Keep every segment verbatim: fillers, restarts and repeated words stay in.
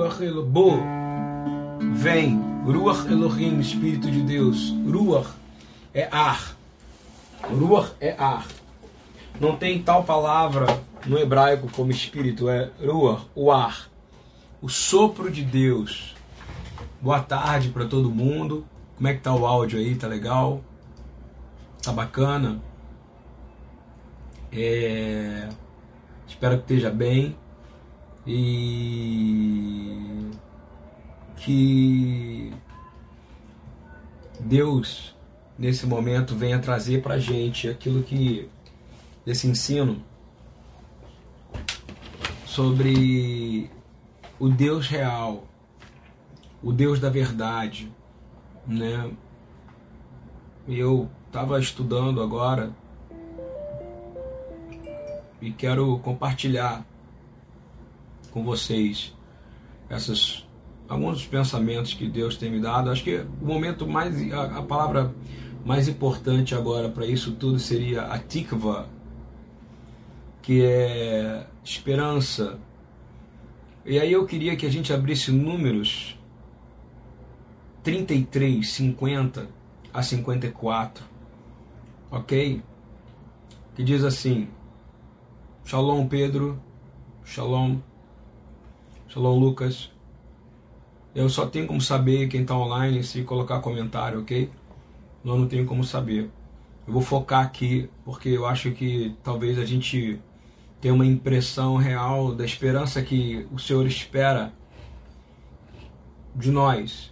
Ruach Elohim. Bo, vem. Ruach Elohim, Espírito de Deus. Ruach é ar. Ruach é ar. Não tem tal palavra no hebraico como espírito, é Ruach, o ar. O sopro de Deus. Boa tarde para todo mundo. Como é que tá o áudio aí? Tá legal? Tá bacana? É... Espero que esteja bem. E que Deus, nesse momento, venha trazer pra gente aquilo que, esse ensino sobre o Deus real, o Deus da verdade, né? Eu estava estudando agora e quero compartilhar com vocês essas, alguns dos pensamentos que Deus tem me dado. Acho que o momento mais, a, a palavra mais importante agora para isso tudo seria a tikva, que é esperança. E aí eu queria que a gente abrisse Números trinta e três, cinquenta a cinquenta e quatro, ok? Que diz assim: Shalom Pedro, Shalom, Shalom Lucas. Eu só tenho como saber quem está online se colocar comentário, ok? Eu não tenho como saber. Eu vou focar aqui porque eu acho que talvez a gente tenha uma impressão real da esperança que o Senhor espera de nós.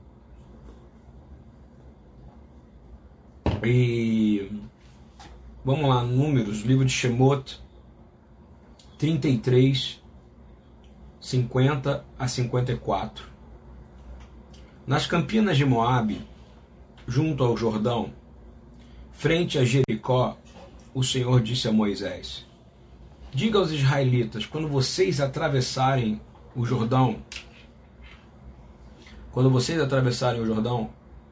E vamos lá, Números, livro de Shemot, trinta e três, cinquenta a cinquenta e quatro. Nas campinas de Moabe, junto ao Jordão, frente a Jericó, o Senhor disse a Moisés: diga aos israelitas, quando vocês atravessarem o Jordão, quando vocês atravessarem o Jordão,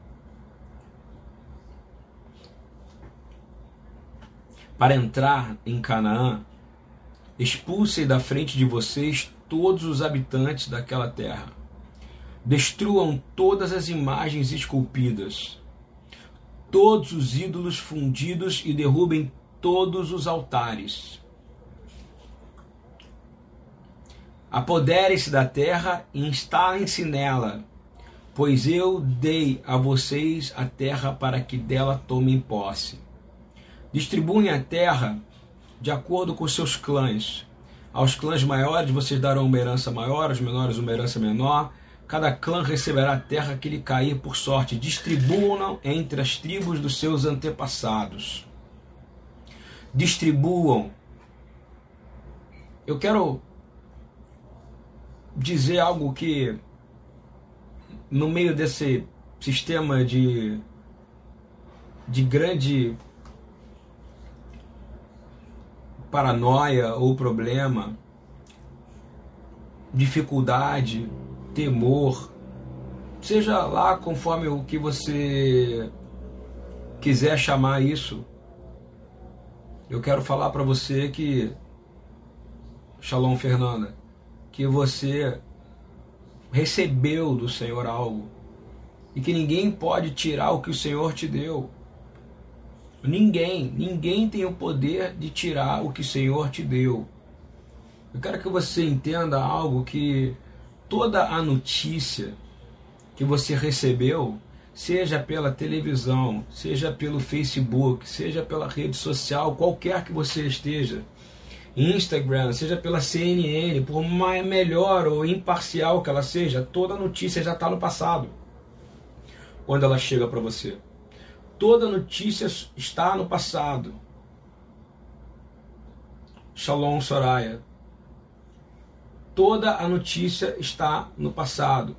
para entrar em Canaã, expulsem da frente de vocês todos os habitantes daquela terra. Destruam todas as imagens esculpidas, todos os ídolos fundidos e derrubem todos os altares. Apoderem-se da terra e instalem-se nela, pois eu dei a vocês a terra para que dela tomem posse. Distribuem a terra de acordo com seus clãs. Aos clãs maiores vocês darão uma herança maior, aos menores uma herança menor. Cada clã receberá a terra que lhe cair por sorte. Distribuam-na entre as tribos dos seus antepassados. Distribuam. Eu quero dizer algo que, no meio desse sistema de, de grande paranoia ou problema, dificuldade, temor, seja lá conforme o que você quiser chamar isso, eu quero falar para você que, Shalom Fernanda, que você recebeu do Senhor algo e que ninguém pode tirar o que o Senhor te deu. Ninguém, ninguém tem o poder de tirar o que o Senhor te deu. Eu quero que você entenda algo, que toda a notícia que você recebeu, seja pela televisão, seja pelo Facebook, seja pela rede social, qualquer que você esteja, Instagram, seja pela C N N, por mais melhor ou imparcial que ela seja, toda a notícia já está no passado, quando ela chega para você. Toda notícia está no passado. Shalom Soraya. Toda a notícia está no passado.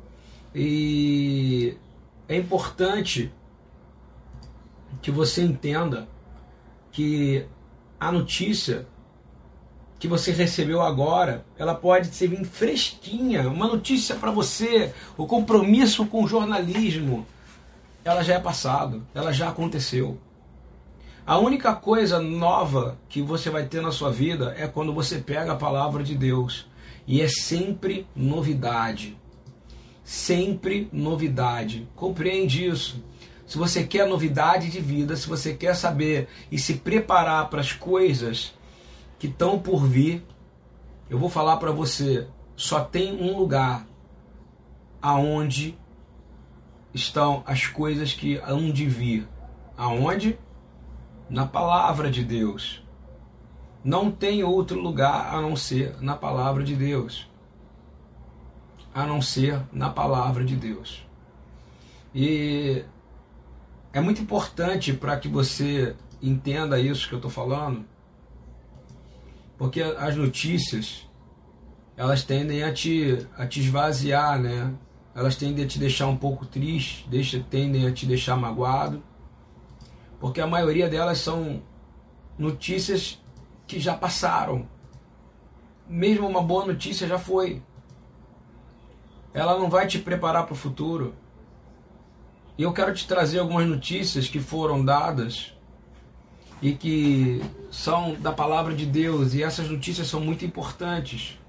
E é importante que você entenda que a notícia que você recebeu agora, ela pode ser vir fresquinha, uma notícia para você, o compromisso com o jornalismo, ela já é passado, ela já aconteceu. A única coisa nova que você vai ter na sua vida é quando você pega a palavra de Deus E é sempre novidade. Sempre novidade. Compreende isso? Se você quer novidade de vida, se você quer saber e se preparar para as coisas que estão por vir, eu vou falar para você, só tem um lugar aonde estão as coisas que hão de vir. Aonde? Na palavra de Deus. Não tem outro lugar a não ser na palavra de Deus. A não ser na palavra de Deus. E é muito importante para que você entenda isso que eu estou falando, porque as notícias, elas tendem a te, a te esvaziar, né? Elas tendem a te deixar um pouco triste, deixa, tendem a te deixar magoado, porque a maioria delas são notícias que já passaram. Mesmo uma boa notícia já foi. Ela não vai te preparar para o futuro. E eu quero te trazer algumas notícias que foram dadas e que são da palavra de Deus, e essas notícias são muito importantes.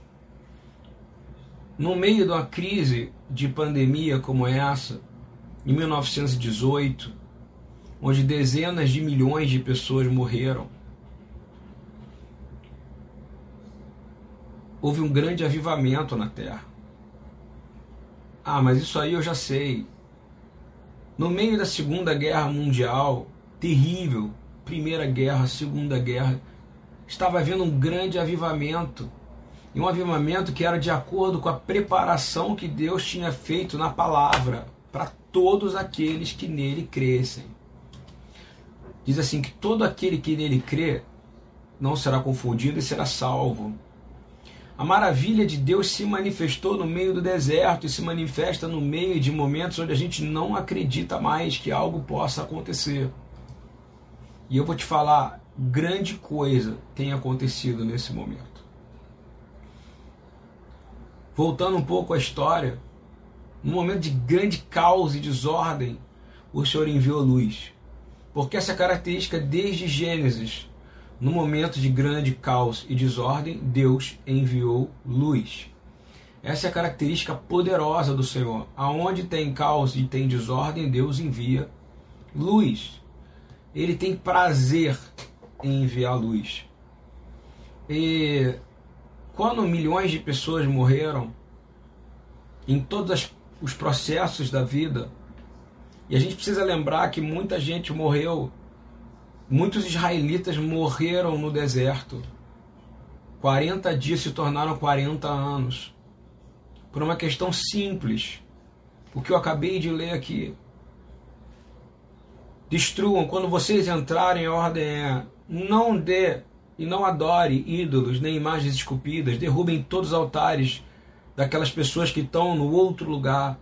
No meio de uma crise de pandemia como essa, em mil novecentos e dezoito, onde dezenas de milhões de pessoas morreram, houve um grande avivamento na Terra. Ah, mas isso aí eu já sei. No meio da Segunda Guerra Mundial, terrível, Primeira Guerra, Segunda Guerra, estava havendo um grande avivamento. E um avivamento que era de acordo com a preparação que Deus tinha feito na palavra para todos aqueles que nele crescem. Diz assim que todo aquele que nele crê não será confundido e será salvo. A maravilha de Deus se manifestou no meio do deserto e se manifesta no meio de momentos onde a gente não acredita mais que algo possa acontecer. E eu vou te falar, grande coisa tem acontecido nesse momento. Voltando um pouco à história, num momento de grande caos e desordem, o Senhor enviou luz. Porque essa característica desde Gênesis, no momento de grande caos e desordem, Deus enviou luz. Essa é a característica poderosa do Senhor. Aonde tem caos e tem desordem, Deus envia luz. Ele tem prazer em enviar luz. E quando milhões de pessoas morreram em todos os processos da vida, e a gente precisa lembrar que muita gente morreu, muitos israelitas morreram no deserto. quarenta dias se tornaram quarenta anos. Por uma questão simples, o que eu acabei de ler aqui. Destruam, quando vocês entrarem, a ordem é: não dê e não adore ídolos nem imagens esculpidas, derrubem todos os altares daquelas pessoas que estão no outro lugar.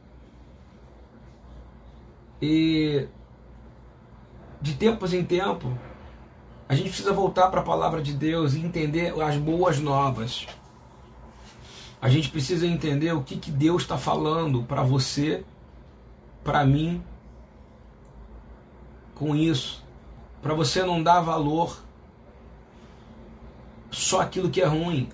E de tempos em tempo, a gente precisa voltar para a palavra de Deus e entender as boas novas. A gente precisa entender o que, que Deus está falando para você, para mim, com isso. Para você não dar valor só aquilo que é ruim.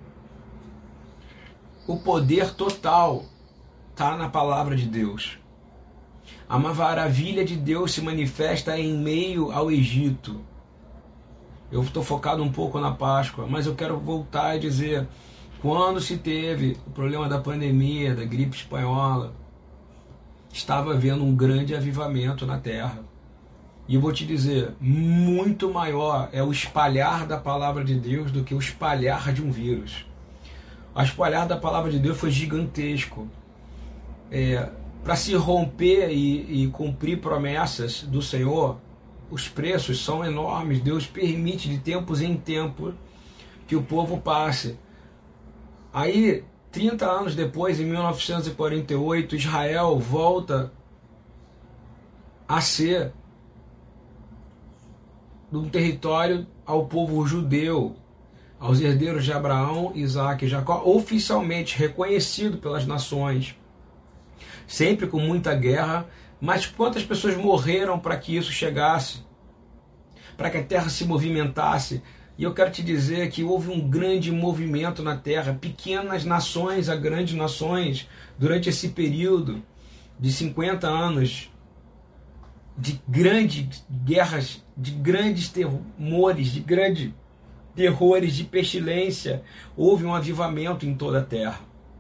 O poder total está na palavra de Deus. A maravilha de Deus se manifesta em meio ao Egito. Eu estou focado um pouco na Páscoa, mas eu quero voltar e dizer, quando se teve o problema da pandemia, da gripe espanhola, estava havendo um grande avivamento na terra. E eu vou te dizer, muito maior é o espalhar da palavra de Deus do que o espalhar de um vírus. O espalhar da palavra de Deus foi gigantesco. É, para se romper e, e cumprir promessas do Senhor, os preços são enormes. Deus permite de tempos em tempos que o povo passe. Aí, trinta anos depois, em mil novecentos e quarenta e oito, Israel volta a ser de um território ao povo judeu, aos herdeiros de Abraão, Isaac e Jacó, oficialmente reconhecido pelas nações, sempre com muita guerra. Mas quantas pessoas morreram para que isso chegasse? Para que a terra se movimentasse? E eu quero te dizer que houve um grande movimento na terra, pequenas nações a grandes nações, durante esse período de cinquenta anos, de grandes guerras, de grandes temores, de grandes terrores, de pestilência. Houve um avivamento em toda a terra.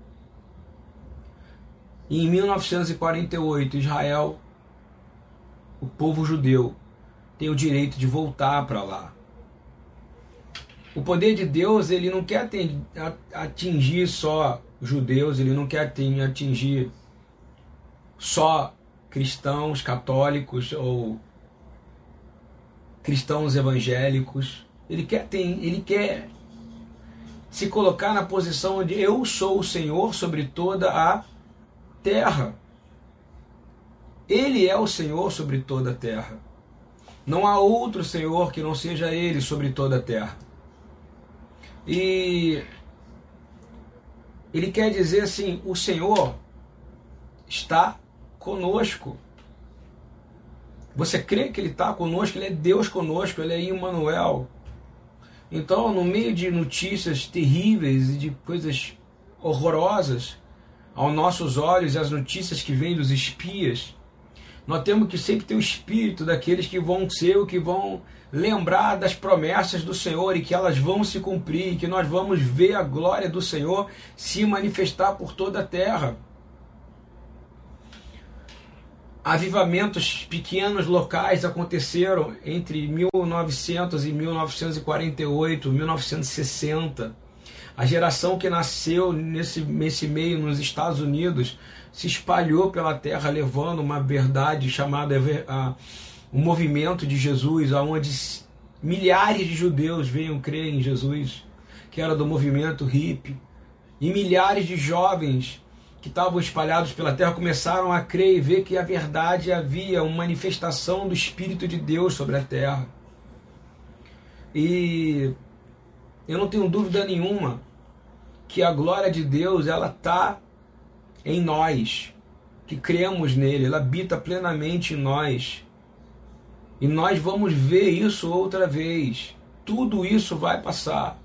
E em mil novecentos e quarenta e oito, Israel, o povo judeu, tem o direito de voltar para lá. O poder de Deus, ele não quer atingir só judeus, ele não quer atingir só cristãos católicos ou cristãos evangélicos. Ele quer, tem, ele quer se colocar na posição onde eu sou o Senhor sobre toda a terra. Ele é o Senhor sobre toda a terra. Não há outro Senhor que não seja Ele sobre toda a terra. E Ele quer dizer assim, o Senhor está conosco. Você crê que Ele está conosco? Ele é Deus conosco, Ele é Emmanuel. Então, no meio de notícias terríveis e de coisas horrorosas aos nossos olhos, as notícias que vêm dos espias, nós temos que sempre ter o espírito daqueles que vão ser o que vão lembrar das promessas do Senhor e que elas vão se cumprir, e que nós vamos ver a glória do Senhor se manifestar por toda a terra. Avivamentos pequenos locais aconteceram entre mil e novecentos e mil novecentos e quarenta e oito, mil novecentos e sessenta. A geração que nasceu nesse, nesse meio nos Estados Unidos se espalhou pela terra levando uma verdade chamada a, o movimento de Jesus, onde milhares de judeus veio crer em Jesus, que era do movimento hippie, e milhares de jovens que estavam espalhados pela terra começaram a crer e ver que a verdade havia uma manifestação do Espírito de Deus sobre a terra. E eu não tenho dúvida nenhuma que a glória de Deus, ela está em nós, que cremos nele, ela habita plenamente em nós. E nós vamos ver isso outra vez. Tudo isso vai passar.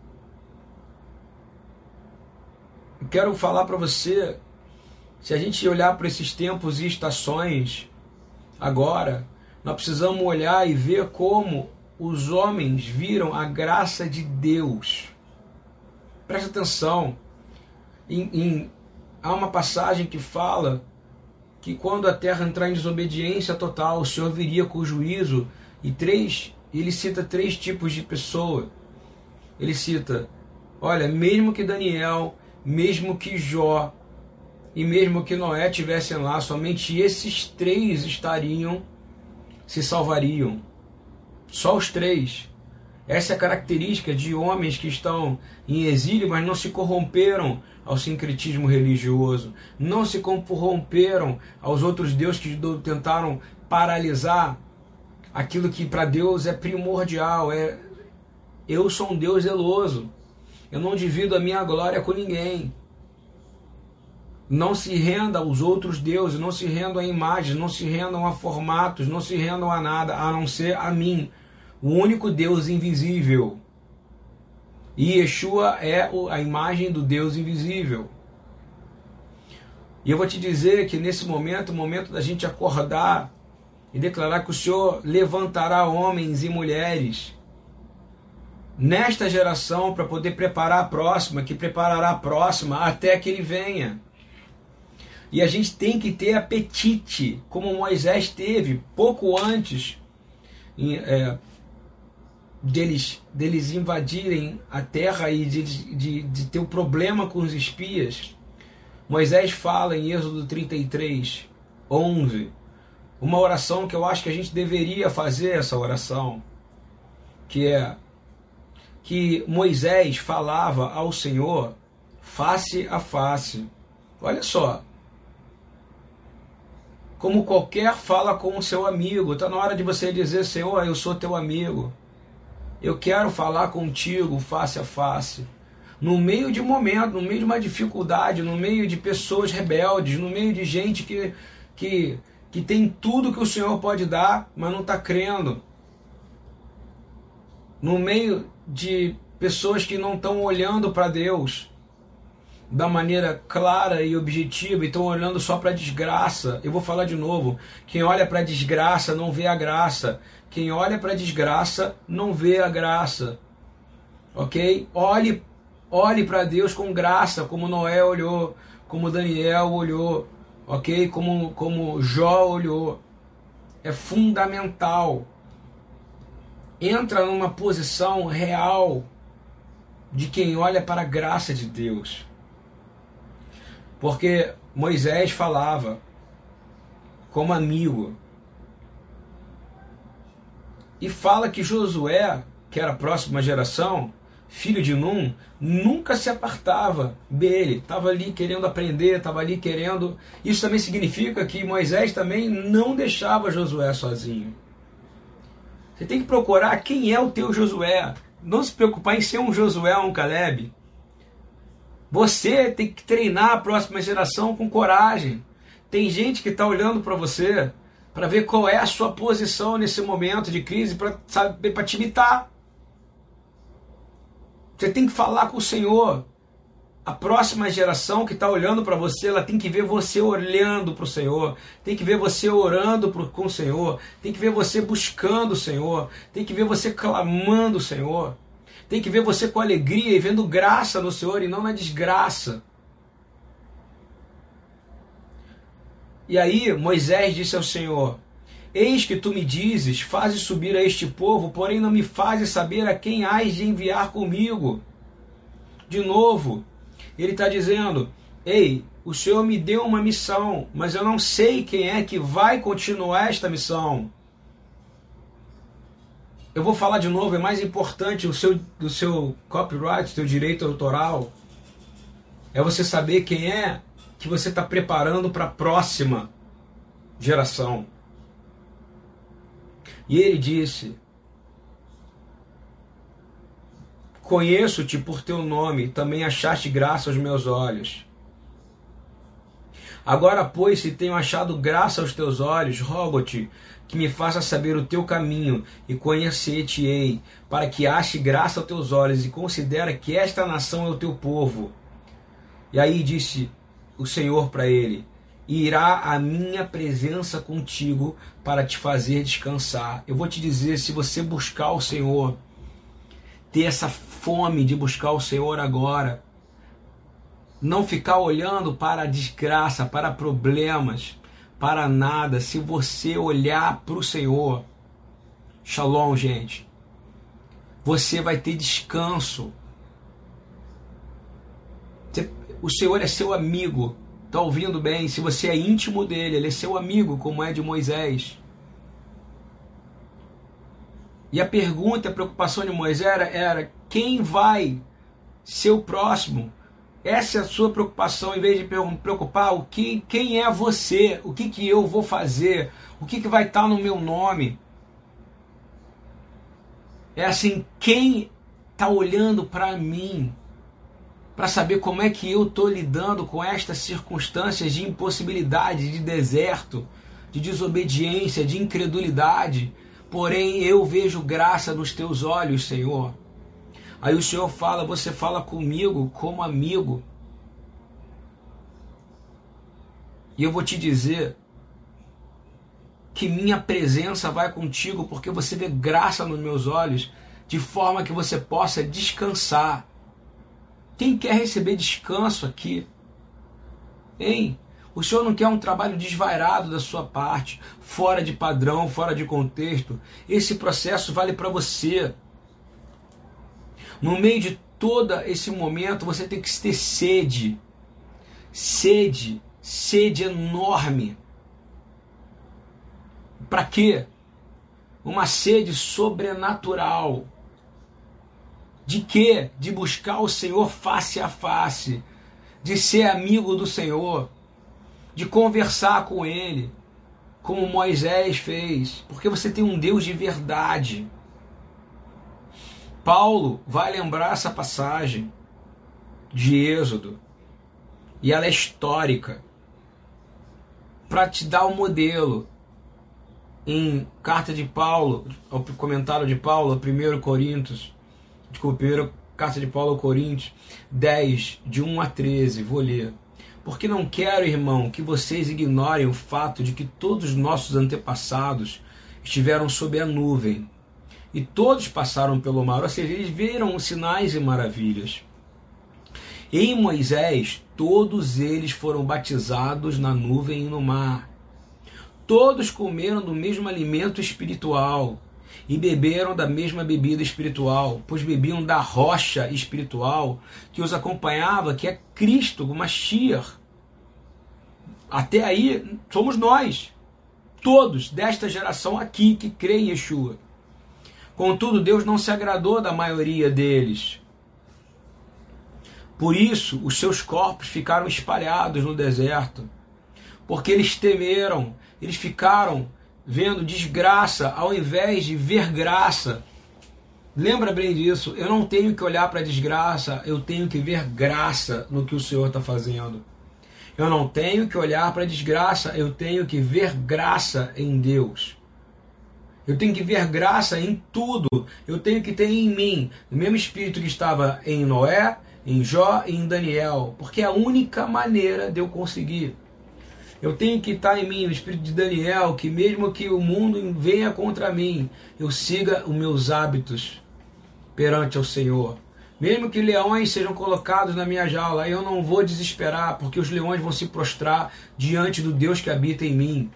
Eu quero falar para você, se a gente olhar para esses tempos e estações, agora, nós precisamos olhar e ver como os homens viram a graça de Deus. Presta atenção, em, em, há uma passagem que fala que quando a terra entrar em desobediência total, o Senhor viria com juízo, e três, ele cita três tipos de pessoa. Ele cita, olha, mesmo que Daniel, mesmo que Jó e mesmo que Noé estivessem lá, somente esses três estariam, se salvariam. Só os três. Essa é a característica de homens que estão em exílio, mas não se corromperam ao sincretismo religioso, não se corromperam aos outros deuses que tentaram paralisar aquilo que para Deus é primordial. É, eu sou um Deus zeloso. Eu não divido a minha glória com ninguém. Não se renda aos outros deuses, não se rendam a imagens, não se rendam a formatos, não se rendam a nada, a não ser a mim, o único Deus invisível. E Yeshua é a imagem do Deus invisível. E eu vou te dizer que nesse momento, o momento da gente acordar e declarar que o Senhor levantará homens e mulheres nesta geração para poder preparar a próxima, que preparará a próxima até que ele venha. E a gente tem que ter apetite, como Moisés teve pouco antes é, deles, deles invadirem a terra e de, de, de ter um problema com os espias. Moisés fala em Êxodo trinta e três, onze, uma oração que eu acho que a gente deveria fazer, essa oração, que é que Moisés falava ao Senhor face a face. Olha só, como qualquer fala com o seu amigo. Está na hora de você dizer, Senhor, eu sou teu amigo, eu quero falar contigo face a face, no meio de um momento, no meio de uma dificuldade, no meio de pessoas rebeldes, no meio de gente que, que, que tem tudo que o Senhor pode dar, mas não está crendo, no meio de pessoas que não estão olhando para Deus da maneira clara e objetiva e estão olhando só para a desgraça. Eu vou falar de novo. Quem olha para a desgraça não vê a graça. Quem olha para a desgraça não vê a graça. Ok? Olhe, olhe para Deus com graça, como Noé olhou, como Daniel olhou, ok? Como, como Jó olhou. É fundamental. Entra numa posição real de quem olha para a graça de Deus. Porque Moisés falava como amigo. E fala que Josué, que era a próxima geração, filho de Num, nunca se apartava dele. Estava ali querendo aprender, estava ali querendo... Isso também significa que Moisés também não deixava Josué sozinho. Você tem que procurar quem é o teu Josué. Não se preocupar em ser um Josué ou um Caleb. Você tem que treinar a próxima geração com coragem. Tem gente que está olhando para você para ver qual é a sua posição nesse momento de crise, para saber, para te imitar. Você tem que falar com o Senhor. A próxima geração que está olhando para você, ela tem que ver você olhando para o Senhor, tem que ver você orando pro, com o Senhor, tem que ver você buscando o Senhor, tem que ver você clamando o Senhor, tem que ver você com alegria e vendo graça no Senhor e não na desgraça. E aí Moisés disse ao Senhor: eis que tu me dizes, faze subir a este povo, porém não me fazes saber a quem hás de enviar comigo. De novo, ele está dizendo: ei, o Senhor me deu uma missão, mas eu não sei quem é que vai continuar esta missão. Eu vou falar de novo, é mais importante o seu, o seu copyright, o seu direito autoral, é você saber quem é que você está preparando para a próxima geração. E ele disse: conheço-te por teu nome, também achaste graça aos meus olhos. Agora, pois, se tenho achado graça aos teus olhos, rogo-te que me faça saber o teu caminho e conhecer-te-ei, para que ache graça aos teus olhos e considera que esta nação é o teu povo. E aí disse o Senhor para ele: irá a minha presença contigo para te fazer descansar. Eu vou te dizer, se você buscar o Senhor, ter essa fome de buscar o Senhor agora, não ficar olhando para a desgraça, para problemas, para nada, se você olhar para o Senhor, shalom, gente, você vai ter descanso. O Senhor é seu amigo, está ouvindo bem? Se você é íntimo dele, ele é seu amigo, como é de Moisés. E a pergunta, a preocupação de Moisés era, era quem vai ser o próximo? Essa é a sua preocupação, em vez de preocupar o que, quem é você, o que, que eu vou fazer, o que, que vai estar no meu nome. É assim, quem está olhando para mim, para saber como é que eu estou lidando com estas circunstâncias de impossibilidade, de deserto, de desobediência, de incredulidade. Porém, eu vejo graça nos teus olhos, Senhor. Aí o Senhor fala: você fala comigo como amigo. E eu vou te dizer que minha presença vai contigo, porque você vê graça nos meus olhos, de forma que você possa descansar. Quem quer receber descanso aqui? Hein? O Senhor não quer um trabalho desvairado da sua parte, fora de padrão, fora de contexto. Esse processo vale para você. No meio de todo esse momento, você tem que ter sede. Sede, sede enorme. Para quê? Uma sede sobrenatural. De quê? De buscar o Senhor face a face. De ser amigo do Senhor. De conversar com Ele. Como Moisés fez. Porque você tem um Deus de verdade. Paulo vai lembrar essa passagem de Êxodo. E ela é histórica. Para te dar um modelo. Em carta de Paulo, ao comentário de Paulo, primeiro Coríntios, Desculpa, primeira carta de Paulo ao Coríntios dez, de um a treze, vou ler. Porque não quero, irmão, que vocês ignorem o fato de que todos os nossos antepassados estiveram sob a nuvem, e todos passaram pelo mar, ou seja, eles viram sinais e maravilhas. Em Moisés, todos eles foram batizados na nuvem e no mar. Todos comeram do mesmo alimento espiritual e beberam da mesma bebida espiritual, pois bebiam da rocha espiritual que os acompanhava, que é Cristo, o Mashiach. Até aí, somos nós, todos desta geração aqui que crê em Yeshua. Contudo, Deus não se agradou da maioria deles. Por isso, os seus corpos ficaram espalhados no deserto, porque eles temeram, eles ficaram vendo desgraça ao invés de ver graça. Lembra bem disso, eu não tenho que olhar para a desgraça, eu tenho que ver graça no que o Senhor está fazendo. Eu não tenho que olhar para a desgraça, eu tenho que ver graça em Deus. Eu tenho que ver graça em tudo. Eu tenho que ter em mim o mesmo espírito que estava em Noé, em Jó e em Daniel, porque é a única maneira de eu conseguir. Eu tenho que estar em mim o espírito de Daniel, que mesmo que o mundo venha contra mim, eu siga os meus hábitos perante ao Senhor. Mesmo que leões sejam colocados na minha jaula, eu não vou desesperar, porque os leões vão se prostrar diante do Deus que habita em mim.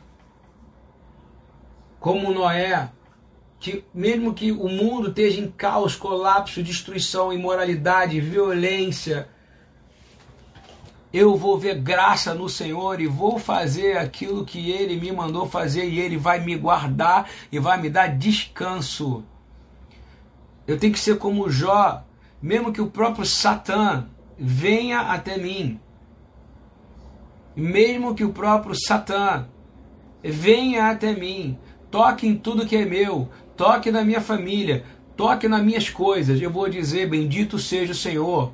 Como Noé, que mesmo que o mundo esteja em caos, colapso, destruição, imoralidade, violência, eu vou ver graça no Senhor e vou fazer aquilo que Ele me mandou fazer, e Ele vai me guardar e vai me dar descanso. Eu tenho que ser como Jó, mesmo que o próprio Satã venha até mim, mesmo que o próprio Satã venha até mim, toque em tudo que é meu, toque na minha família, toque nas minhas coisas, eu vou dizer, bendito seja o Senhor.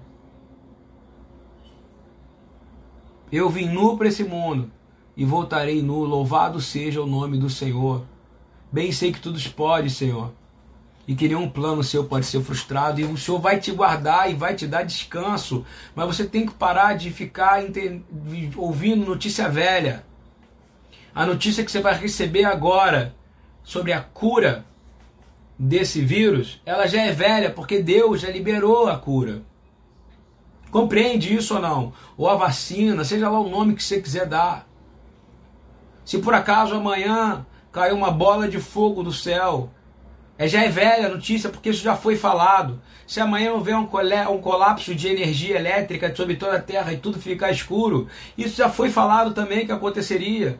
Eu vim nu para esse mundo e voltarei nu, louvado seja o nome do Senhor. Bem sei que tudo pode, Senhor, e que nenhum plano seu pode ser frustrado, e o Senhor vai te guardar e vai te dar descanso, mas você tem que parar de ficar ouvindo notícia velha. A notícia que você vai receber agora sobre a cura desse vírus, ela já é velha, porque Deus já liberou a cura. Compreende isso ou não? Ou a vacina, seja lá o nome que você quiser dar. Se por acaso amanhã caiu uma bola de fogo do céu, é, já é velha a notícia, porque isso já foi falado. Se amanhã houver um, um colapso de energia elétrica sobre toda a Terra e tudo ficar escuro, isso já foi falado também que aconteceria.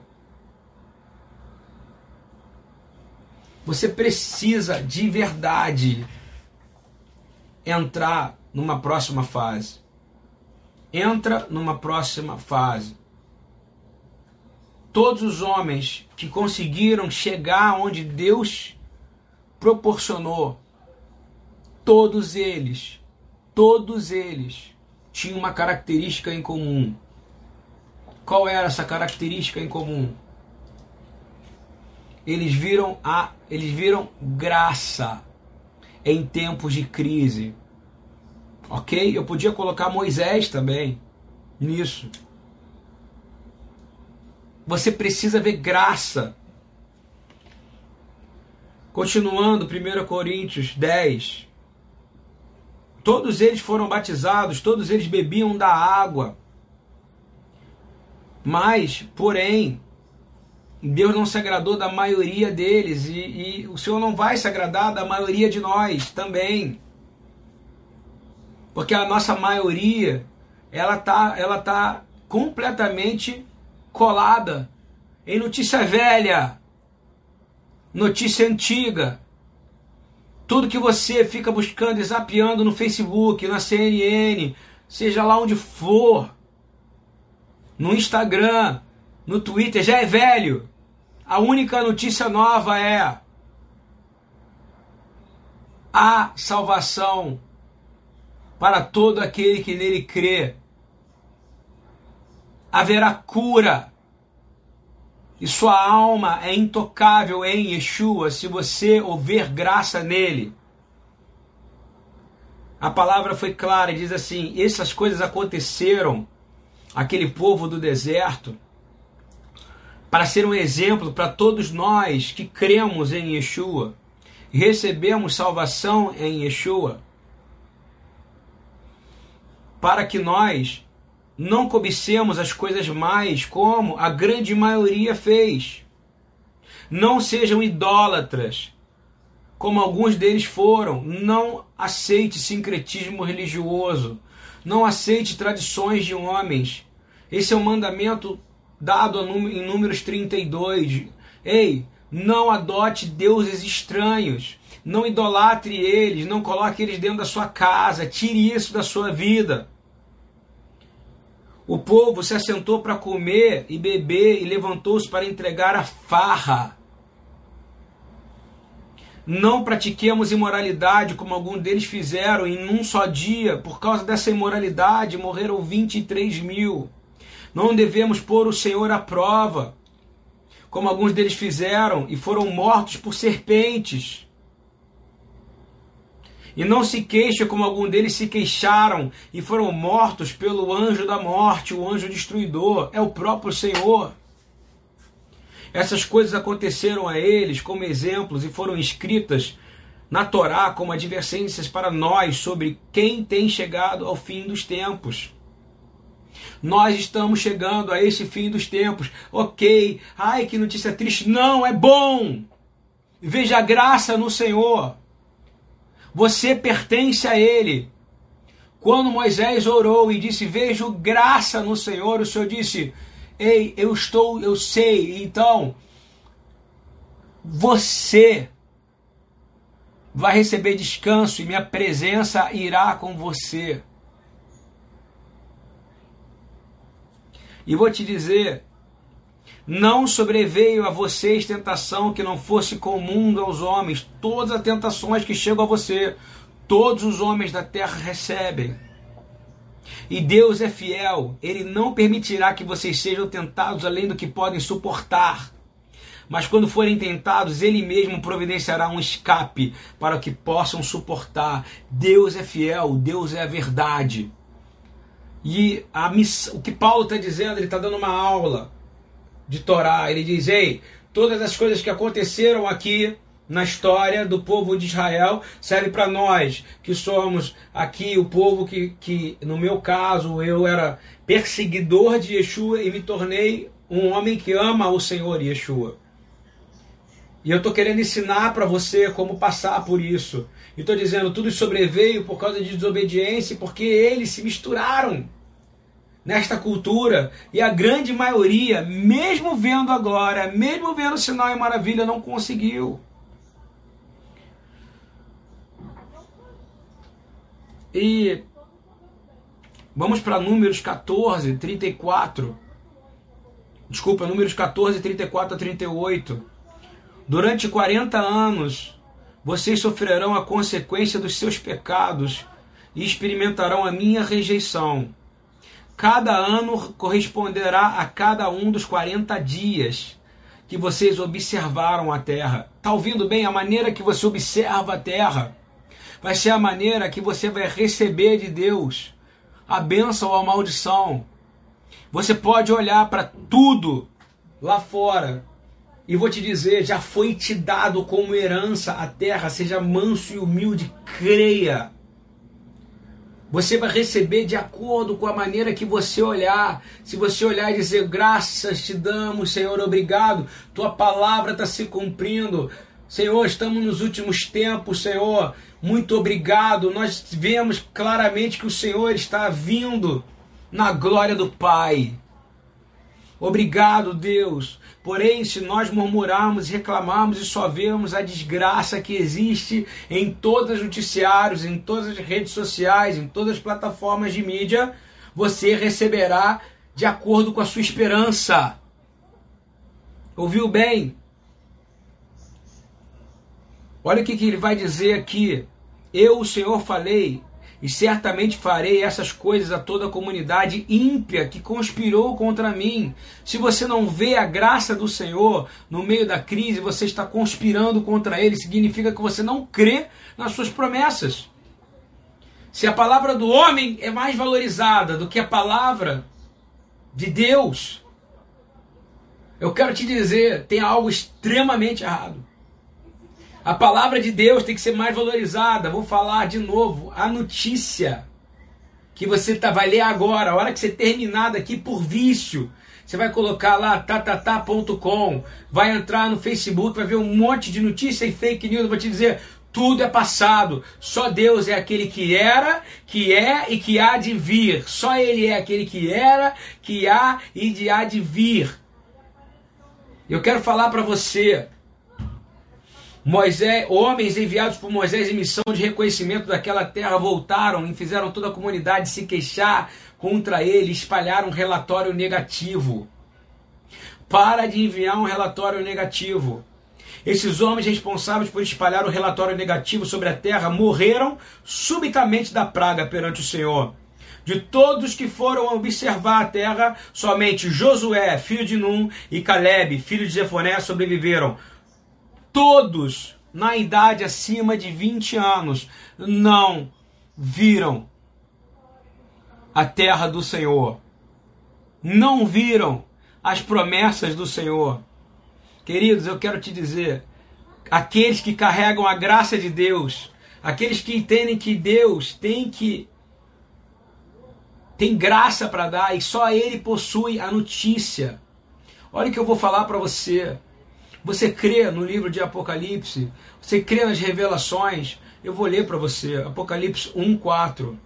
Você precisa de verdade entrar numa próxima fase. Entra numa próxima fase. Todos os homens que conseguiram chegar onde Deus proporcionou, todos eles, todos eles tinham uma característica em comum. Qual era essa característica em comum? Eles viram a, eles viram graça em tempos de crise. Ok? Eu podia colocar Moisés também nisso. Você precisa ver graça. Continuando, primeira Coríntios dez. Todos eles foram batizados, todos eles bebiam da água. Mas, porém, Deus não se agradou da maioria deles, e, e o Senhor não vai se agradar da maioria de nós também. Porque a nossa maioria, ela tá, ela tá completamente colada em notícia velha, notícia antiga. Tudo que você fica buscando e zapeando no Facebook, na C N N, seja lá onde for, no Instagram, no Twitter, já é velho. A única notícia nova é: a salvação para todo aquele que nele crê. Haverá cura. E sua alma é intocável em Yeshua se você houver graça nele. A palavra foi clara, diz assim: essas coisas aconteceram àquele povo do deserto para ser um exemplo para todos nós que cremos em Yeshua, recebemos salvação em Yeshua, para que nós não cobicemos as coisas mais como a grande maioria fez. Não sejam idólatras, como alguns deles foram. Não aceite sincretismo religioso. Não aceite tradições de homens. Esse é um mandamento dado em Números trinta e dois. Ei, não adote deuses estranhos. Não idolatre eles. Não coloque eles dentro da sua casa. Tire isso da sua vida. O povo se assentou para comer e beber e levantou-se para entregar a farra. Não pratiquemos imoralidade como alguns deles fizeram em um só dia. Por causa dessa imoralidade morreram vinte e três mil. Não devemos pôr o Senhor à prova, como alguns deles fizeram e foram mortos por serpentes. E não se queixa como alguns deles se queixaram e foram mortos pelo anjo da morte, o anjo destruidor. É o próprio Senhor. Essas coisas aconteceram a eles como exemplos e foram escritas na Torá como advertências para nós sobre quem tem chegado ao fim dos tempos. Nós estamos chegando a esse fim dos tempos. Ok, ai que notícia triste. Não, é bom. Veja a graça no Senhor. Você pertence a Ele. Quando Moisés orou e disse: vejo graça no Senhor, o Senhor disse: ei, eu estou, eu sei, então você vai receber descanso e minha presença irá com você. E vou te dizer, não sobreveio a vocês tentação que não fosse comum aos homens. Todas as tentações que chegam a você, todos os homens da terra recebem. E Deus é fiel, Ele não permitirá que vocês sejam tentados além do que podem suportar. Mas quando forem tentados, Ele mesmo providenciará um escape para que possam suportar. Deus é fiel, Deus é a verdade. E a miss... o que Paulo está dizendo, ele está dando uma aula de Torá. Ele diz: ei, todas as coisas que aconteceram aqui na história do povo de Israel serve para nós, que somos aqui o povo que, que, no meu caso, eu era perseguidor de Yeshua e me tornei um homem que ama o Senhor Yeshua. E eu estou querendo ensinar para você como passar por isso. E estou dizendo, tudo sobreveio por causa de desobediência, porque eles se misturaram nesta cultura. E a grande maioria, mesmo vendo a glória, mesmo vendo sinal e maravilha, não conseguiu. E vamos para Números catorze, trinta e quatro. Desculpa, Números catorze, trinta e quatro a trinta e oito. Durante quarenta anos, vocês sofrerão a consequência dos seus pecados e experimentarão a minha rejeição. Cada ano corresponderá a cada um dos quarenta dias que vocês observaram a terra. Está ouvindo bem? A maneira que você observa a terra vai ser a maneira que você vai receber de Deus a bênção ou a maldição. Você pode olhar para tudo lá fora e vou te dizer, já foi te dado como herança a terra. Seja manso e humilde, creia. Você vai receber de acordo com a maneira que você olhar. Se você olhar e dizer, graças te damos, Senhor, obrigado, tua palavra está se cumprindo. Senhor, estamos nos últimos tempos, Senhor, muito obrigado. Nós vemos claramente que o Senhor está vindo na glória do Pai. Obrigado, Deus. Porém, se nós murmurarmos e reclamarmos e só vermos a desgraça que existe em todos os noticiários, em todas as redes sociais, em todas as plataformas de mídia, você receberá de acordo com a sua esperança. Ouviu bem? Olha o que ele vai dizer aqui. Eu, o Senhor, falei, e certamente farei essas coisas a toda a comunidade ímpia que conspirou contra mim. Se você não vê a graça do Senhor no meio da crise, você está conspirando contra Ele. Significa que você não crê nas suas promessas. Se a palavra do homem é mais valorizada do que a palavra de Deus, eu quero te dizer, tem algo extremamente errado. A palavra de Deus tem que ser mais valorizada. Vou falar de novo. A notícia que você tá, vai ler agora, a hora que você terminar daqui por vício, você vai colocar lá tatatá ponto com, vai entrar no Facebook, vai ver um monte de notícia e fake news. Eu vou te dizer, tudo é passado. Só Deus é aquele que era, que é e que há de vir. Só Ele é aquele que era, que há e de há de vir. Eu quero falar para você, Moisés, homens enviados por Moisés em missão de reconhecimento daquela terra voltaram e fizeram toda a comunidade se queixar contra ele, espalharam um relatório negativo. Para de enviar um relatório negativo. Esses homens responsáveis por espalhar o relatório negativo sobre a terra morreram subitamente da praga perante o Senhor. De todos que foram observar a terra, somente Josué, filho de Num, e Calebe, filho de Jefoné, sobreviveram. Todos, na idade acima de vinte anos, não viram a terra do Senhor. Não viram as promessas do Senhor. Queridos, eu quero te dizer, aqueles que carregam a graça de Deus, aqueles que entendem que Deus tem que tem graça para dar e só Ele possui a notícia. Olha o que eu vou falar para você. Você crê no livro de Apocalipse? Você crê nas revelações? Eu vou ler para você, Apocalipse um, quatro.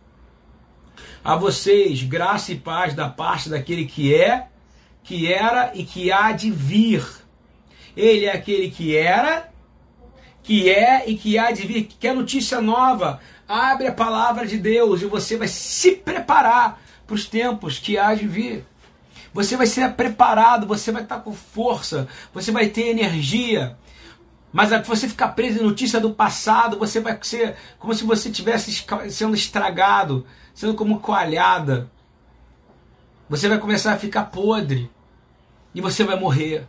A vocês, graça e paz da parte daquele que é, que era e que há de vir. Ele é aquele que era, que é e que há de vir. Que é notícia nova. Abre a palavra de Deus e você vai se preparar para os tempos que há de vir. Você vai ser preparado, você vai estar com força, você vai ter energia. Mas se você ficar preso em notícia do passado, você vai ser como se você estivesse sendo estragado, sendo como coalhada. Você vai começar a ficar podre e você vai morrer.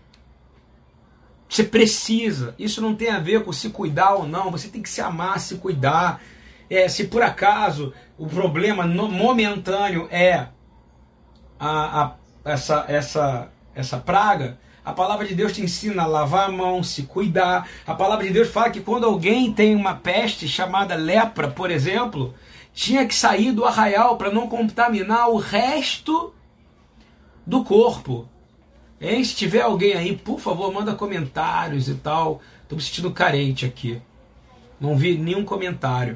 Você precisa. Isso não tem a ver com se cuidar ou não. Você tem que se amar, se cuidar. É, se por acaso o problema no, momentâneo é a, a, essa, essa, essa praga, a palavra de Deus te ensina a lavar a mão, se cuidar. A palavra de Deus fala que quando alguém tem uma peste chamada lepra, por exemplo, tinha que sair do arraial para não contaminar o resto do corpo. Hein? Se tiver alguém aí, por favor, manda comentários e tal. Estou me sentindo carente aqui. Não vi nenhum comentário.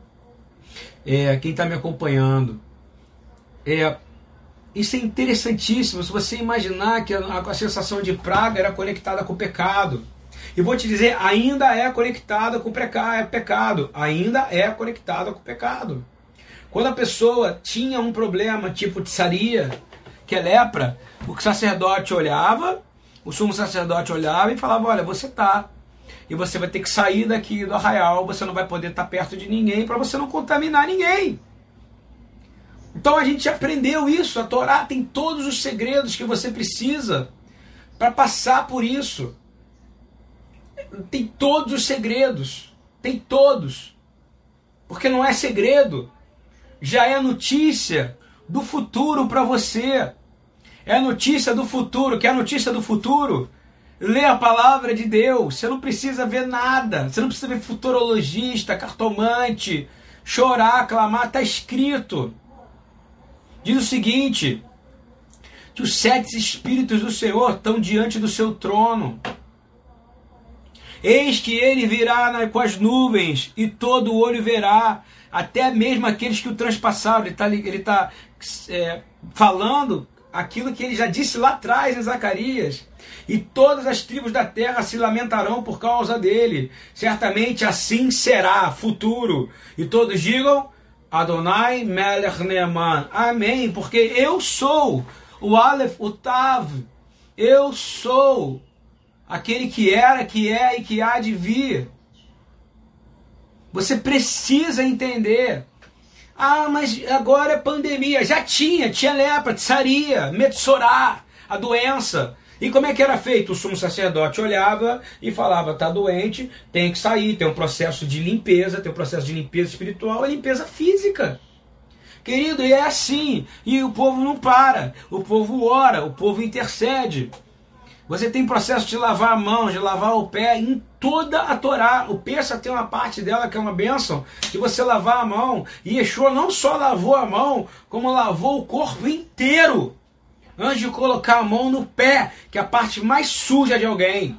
É, quem está me acompanhando. É, isso é interessantíssimo. Se você imaginar que a, a sensação de praga era conectada com o pecado. E vou te dizer, ainda é conectada com o pecado. Ainda é conectada com o pecado. Quando a pessoa tinha um problema tipo de tsaria, que é lepra, o sacerdote olhava, o sumo sacerdote olhava e falava, olha, você tá. E você vai ter que sair daqui do arraial, você não vai poder estar perto de ninguém para você não contaminar ninguém. Então a gente aprendeu isso, a Torá tem todos os segredos que você precisa para passar por isso. Tem todos os segredos, tem todos. Porque não é segredo, já é notícia do futuro para você. É a notícia do futuro, que é a notícia do futuro. Lê a palavra de Deus, você não precisa ver nada, você não precisa ver futurologista, cartomante, chorar, clamar, está escrito. Diz o seguinte, que os sete espíritos do Senhor estão diante do seu trono. Eis que ele virá com as nuvens e todo o olho verá, até mesmo aqueles que o transpassaram. Ele está ele tá, é, falando aquilo que ele já disse lá atrás em Zacarias. E todas as tribos da terra se lamentarão por causa dele. Certamente assim será, futuro. E todos digam, Adonai Melech Neeman. Amém, porque eu sou o Aleph, o Tav. Eu sou aquele que era, que é e que há de vir. Você precisa entender. Ah, mas agora é pandemia. Já tinha, tinha lepra, tsaria, metsorá, a doença. E como é que era feito? O sumo sacerdote olhava e falava, está doente, tem que sair, tem um processo de limpeza, tem um processo de limpeza espiritual e limpeza física. Querido, e é assim, e o povo não para, o povo ora, o povo intercede. Você tem processo de lavar a mão, de lavar o pé, em toda a Torá. O Peça tem uma parte dela que é uma bênção, de você lavar a mão. E Yeshua não só lavou a mão, como lavou o corpo inteiro, antes de colocar a mão no pé, que é a parte mais suja de alguém.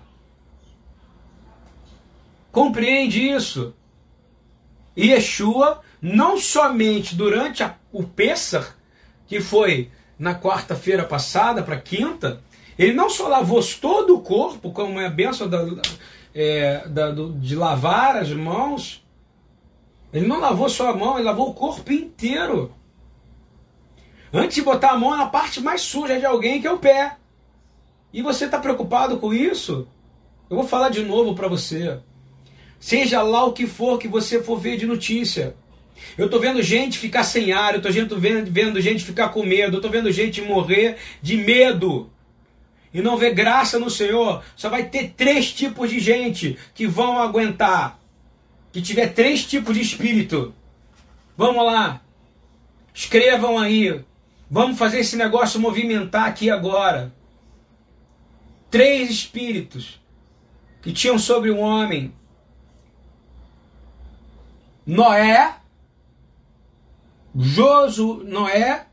Compreende isso? E Yeshua, não somente durante a, o Pessah, que foi na quarta-feira passada para quinta, ele não só lavou todo o corpo, como é a bênção da, é, da, do, de lavar as mãos, ele não lavou só a mão, ele lavou o corpo inteiro. Antes de botar a mão na parte mais suja de alguém, que é o pé. E você está preocupado com isso? Eu vou falar de novo para você. Seja lá o que for que você for ver de notícia. Eu estou vendo gente ficar sem ar, eu estou vendo, vendo gente ficar com medo, eu estou vendo gente morrer de medo. E não ver graça no Senhor. Só vai ter três tipos de gente que vão aguentar. Que tiver três tipos de espírito. Vamos lá. Escrevam aí. Vamos fazer esse negócio movimentar aqui agora. Três espíritos que tinham sobre o homem: Noé, Josu, Noé,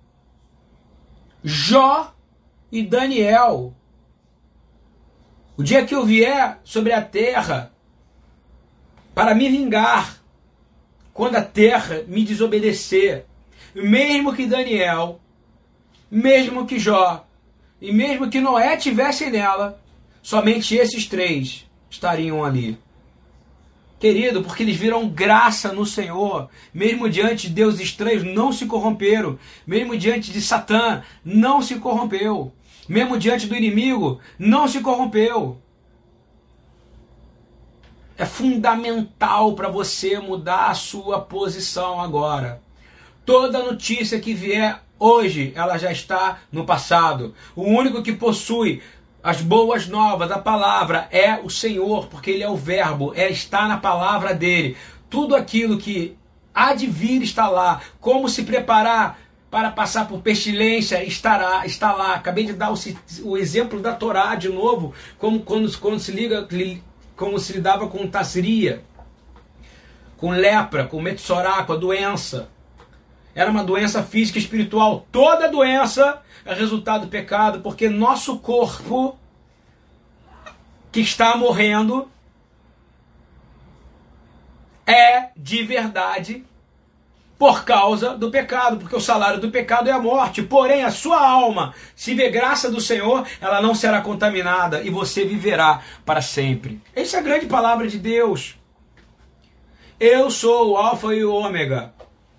Jó e Daniel. O dia que eu vier sobre a terra para me vingar, quando a terra me desobedecer, mesmo que Daniel, mesmo que Jó e mesmo que Noé tivessem nela, somente esses três estariam ali. Querido, porque eles viram graça no Senhor, mesmo diante de deuses estranhos, não se corromperam, mesmo diante de Satã, não se corrompeu, mesmo diante do inimigo, não se corrompeu. É fundamental para você mudar a sua posição agora. Toda notícia que vier hoje, ela já está no passado. O único que possui as boas novas, a palavra, é o Senhor, porque Ele é o verbo, é estar na palavra dEle. Tudo aquilo que há de vir está lá. Como se preparar para passar por pestilência estará, está lá. Acabei de dar o, o exemplo da Torá de novo, como quando, quando se liga, como se lidava com tasria, com lepra, com metsorá, com a doença. Era uma doença física e espiritual. Toda doença é resultado do pecado, porque nosso corpo, que está morrendo, é de verdade por causa do pecado, porque o salário do pecado é a morte. Porém, a sua alma, se vê graça do Senhor, ela não será contaminada e você viverá para sempre. Essa é a grande palavra de Deus. Eu sou o Alfa e o Ômega.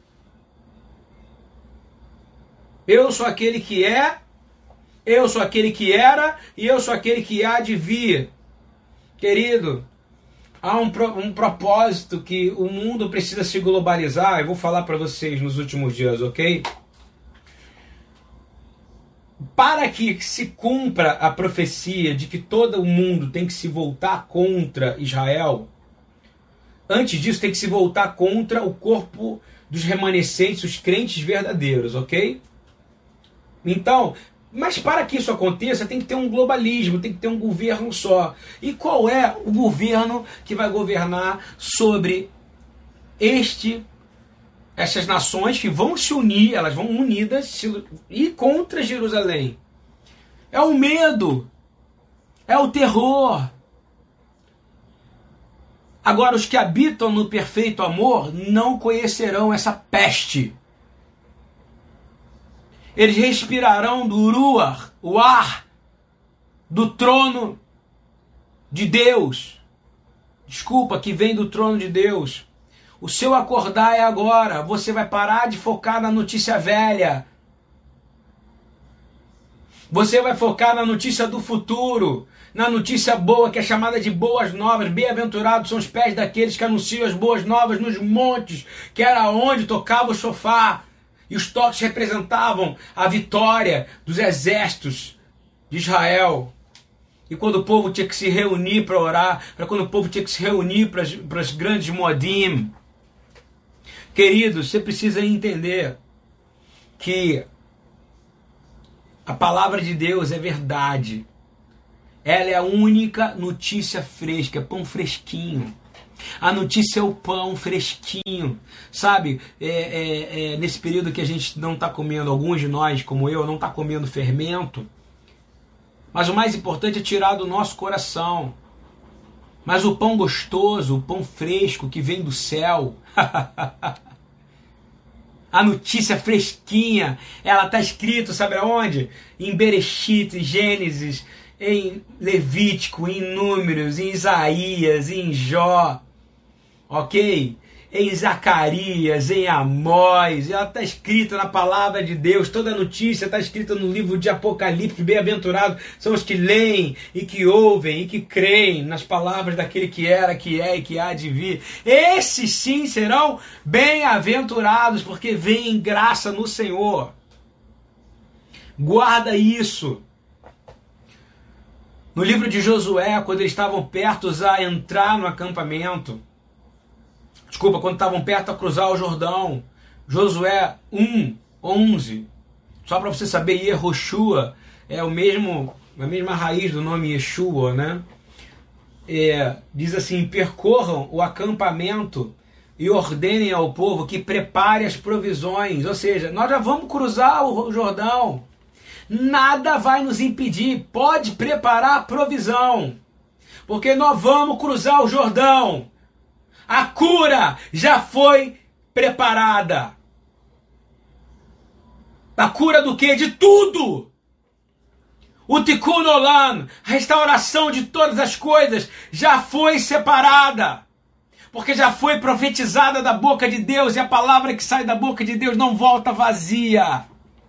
Eu sou aquele que é, eu sou aquele que era e eu sou aquele que há de vir. Querido, há um, um propósito que o mundo precisa se globalizar. Eu vou falar para vocês nos últimos dias, ok? Para que se cumpra a profecia de que todo o mundo tem que se voltar contra Israel, antes disso tem que se voltar contra o corpo dos remanescentes, os crentes verdadeiros, ok? Então, mas para que isso aconteça, tem que ter um globalismo, tem que ter um governo só. E qual é o governo que vai governar sobre este, essas nações que vão se unir, elas vão unidas se, ir contra Jerusalém? É o medo, é o terror. Agora, os que habitam no perfeito amor não conhecerão essa peste. Eles respirarão do Ruach, o ar do trono de Deus. Desculpa, que vem do trono de Deus. O seu acordar é agora. Você vai parar de focar na notícia velha. Você vai focar na notícia do futuro, na notícia boa, que é chamada de boas novas. Bem-aventurados são os pés daqueles que anunciam as boas novas nos montes, que era onde tocava o shofar. E os toques representavam a vitória dos exércitos de Israel. E quando o povo tinha que se reunir para orar, para quando o povo tinha que se reunir para as, para as grandes modim. Queridos, você precisa entender que a palavra de Deus é verdade. Ela é a única notícia fresca, é pão fresquinho. A notícia é o pão fresquinho, sabe? É, é, é, nesse período que a gente não está comendo, alguns de nós, como eu, não está comendo fermento. Mas o mais importante é tirar do nosso coração. Mas o pão gostoso, o pão fresco que vem do céu, a notícia fresquinha, ela está escrito, sabe aonde? Em Bereshit, em Gênesis, em Levítico, em Números, em Isaías, em Jó, ok? Em Zacarias, em Amós, ela está escrita na palavra de Deus, toda a notícia está escrita no livro de Apocalipse. Bem-aventurados são os que leem e que ouvem e que creem nas palavras daquele que era, que é e que há de vir. Esses sim serão bem-aventurados, porque vêm em graça no Senhor. Guarda isso. No livro de Josué, quando eles estavam perto a entrar no acampamento, desculpa, quando estavam perto a cruzar o Jordão, Josué um, onze, só para você saber, Yehoshua é o mesmo, a mesma raiz do nome Yeshua, né? É, diz assim: percorram o acampamento e ordenem ao povo que prepare as provisões. Ou seja, nós já vamos cruzar o Jordão. Nada vai nos impedir. Pode preparar a provisão, porque nós vamos cruzar o Jordão. A cura já foi preparada. A cura do quê? De tudo. O Tikkun Olam, a restauração de todas as coisas, já foi separada. Porque já foi profetizada da boca de Deus, e a palavra que sai da boca de Deus não volta vazia.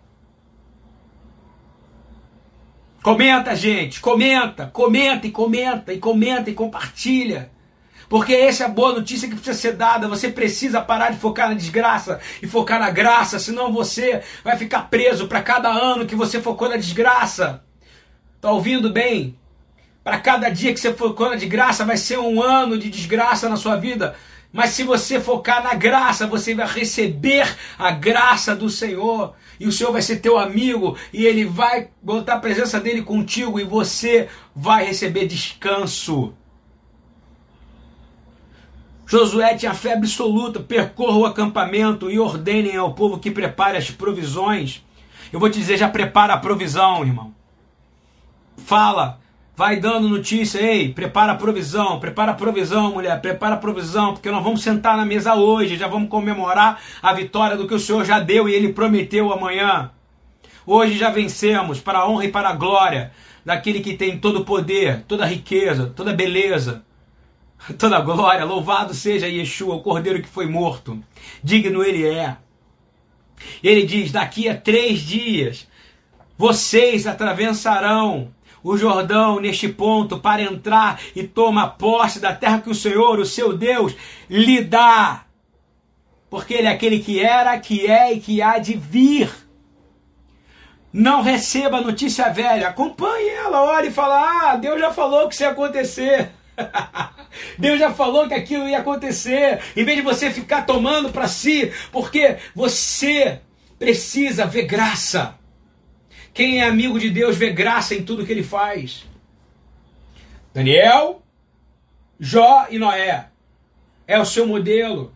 Comenta, gente, comenta, comenta e comenta, e comenta e compartilha. Porque essa é a boa notícia que precisa ser dada. Você precisa parar de focar na desgraça e focar na graça, senão você vai ficar preso para cada ano que você focou na desgraça. Tá ouvindo bem? Para cada dia que você focou na desgraça vai ser um ano de desgraça na sua vida. Mas se você focar na graça, você vai receber a graça do Senhor. E o Senhor vai ser teu amigo, e Ele vai botar a presença dEle contigo, e você vai receber descanso. Josué tinha fé absoluta. Percorra o acampamento e ordenem ao povo que prepare as provisões. Eu vou te dizer, já prepara a provisão, irmão. Fala, vai dando notícia, ei, prepara a provisão, prepara a provisão, mulher, prepara a provisão, porque nós vamos sentar na mesa hoje, já vamos comemorar a vitória do que o Senhor já deu e Ele prometeu amanhã. Hoje já vencemos para a honra e para a glória daquele que tem todo o poder, toda a riqueza, toda a beleza, toda a glória. Louvado seja Yeshua, o Cordeiro que foi morto. Digno Ele é. Ele diz, daqui a três dias, vocês atravessarão o Jordão neste ponto para entrar e tomar posse da terra que o Senhor, o seu Deus, lhe dá. Porque Ele é aquele que era, que é e que há de vir. Não receba a notícia velha. Acompanhe ela, olhe e fala, ah, Deus já falou que isso ia acontecer. Deus já falou que aquilo ia acontecer. Em vez de você ficar tomando para si, porque você precisa ver graça. Quem é amigo de Deus vê graça em tudo que ele faz. Daniel, Jó e Noé é o seu modelo.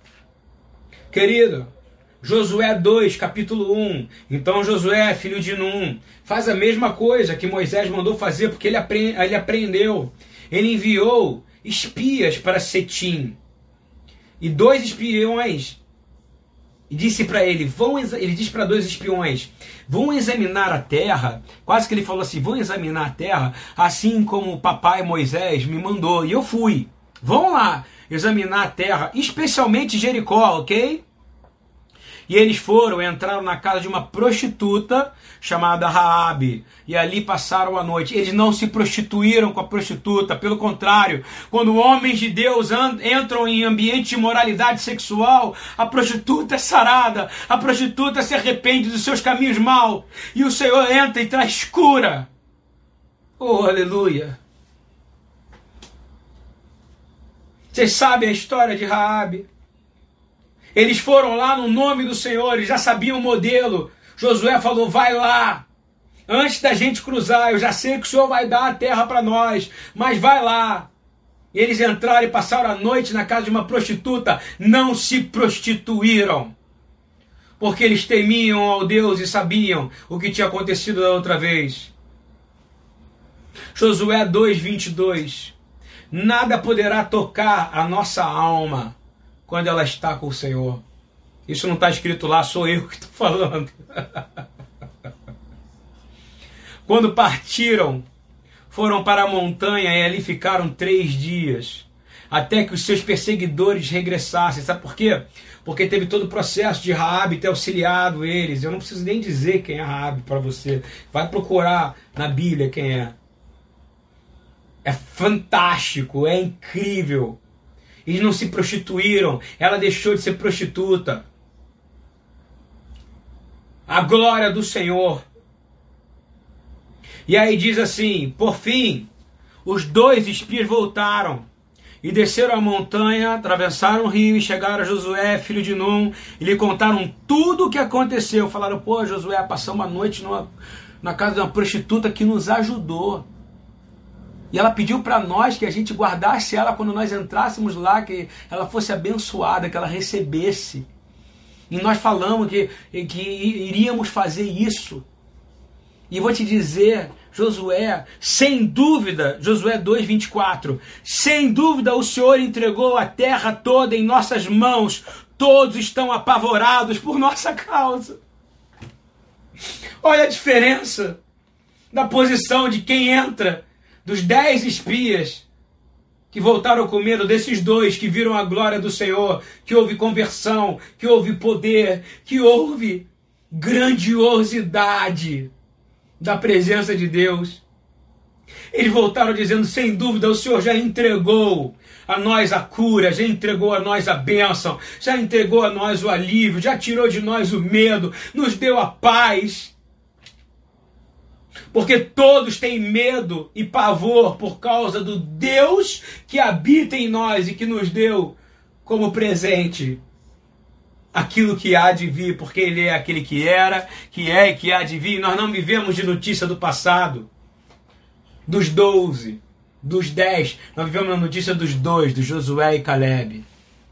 Querido, Josué dois, capítulo um. Então Josué, filho de Num, faz a mesma coisa que Moisés mandou fazer, porque ele, apre... ele aprendeu. Ele enviou espias para Setim. E dois espiões... E disse para ele, vão, ele disse para dois espiões, vão examinar a terra, quase que ele falou assim, vão examinar a terra, assim como o papai Moisés me mandou. E eu fui. Vão lá examinar a terra, especialmente Jericó, ok? E eles foram, entraram na casa de uma prostituta chamada Raabe, e ali passaram a noite. Eles não se prostituíram com a prostituta, pelo contrário, quando homens de Deus entram em ambiente de imoralidade sexual, a prostituta é sarada, a prostituta se arrepende dos seus caminhos maus, e o Senhor entra e traz cura. Oh, aleluia! Vocês sabem a história de Raabe. Eles foram lá no nome do Senhor, eles já sabiam o modelo. Josué falou, vai lá. Antes da gente cruzar, eu já sei que o Senhor vai dar a terra para nós, mas vai lá. E eles entraram e passaram a noite na casa de uma prostituta. Não se prostituíram, porque eles temiam ao Deus e sabiam o que tinha acontecido da outra vez. Josué dois, vinte e dois. Nada poderá tocar a nossa alma quando ela está com o Senhor. Isso não está escrito lá, sou eu que estou falando. Quando partiram, foram para a montanha e ali ficaram três dias, até que os seus perseguidores regressassem. Sabe por quê? Porque teve todo o processo de Raabe ter auxiliado eles. Eu não preciso nem dizer quem é Raabe para você. Vai procurar na Bíblia quem é. É fantástico, é incrível. Eles não se prostituíram, ela deixou de ser prostituta. A glória do Senhor. E aí diz assim, por fim, os dois espias voltaram e desceram a montanha, atravessaram o rio e chegaram a Josué, filho de Num, e lhe contaram tudo o que aconteceu. Falaram, pô, Josué, passamos uma noite numa, na casa de uma prostituta que nos ajudou. E ela pediu para nós que a gente guardasse ela quando nós entrássemos lá, que ela fosse abençoada, que ela recebesse. E nós falamos que, que iríamos fazer isso. E vou te dizer, Josué, sem dúvida, Josué dois, vinte e quatro, sem dúvida o Senhor entregou a terra toda em nossas mãos, todos estão apavorados por nossa causa. Olha a diferença da posição de quem entra, dos dez espias que voltaram com medo, desses dois que viram a glória do Senhor, que houve conversão, que houve poder, que houve grandiosidade da presença de Deus. Eles voltaram dizendo, sem dúvida o Senhor já entregou a nós a cura, já entregou a nós a bênção, já entregou a nós o alívio, já tirou de nós o medo, nos deu a paz. Porque todos têm medo e pavor por causa do Deus que habita em nós e que nos deu como presente aquilo que há de vir, porque Ele é aquele que era, que é e que há de vir. Nós não vivemos de notícia do passado, dos doze, dos dez. Nós vivemos na notícia dos dois, de Josué e Caleb.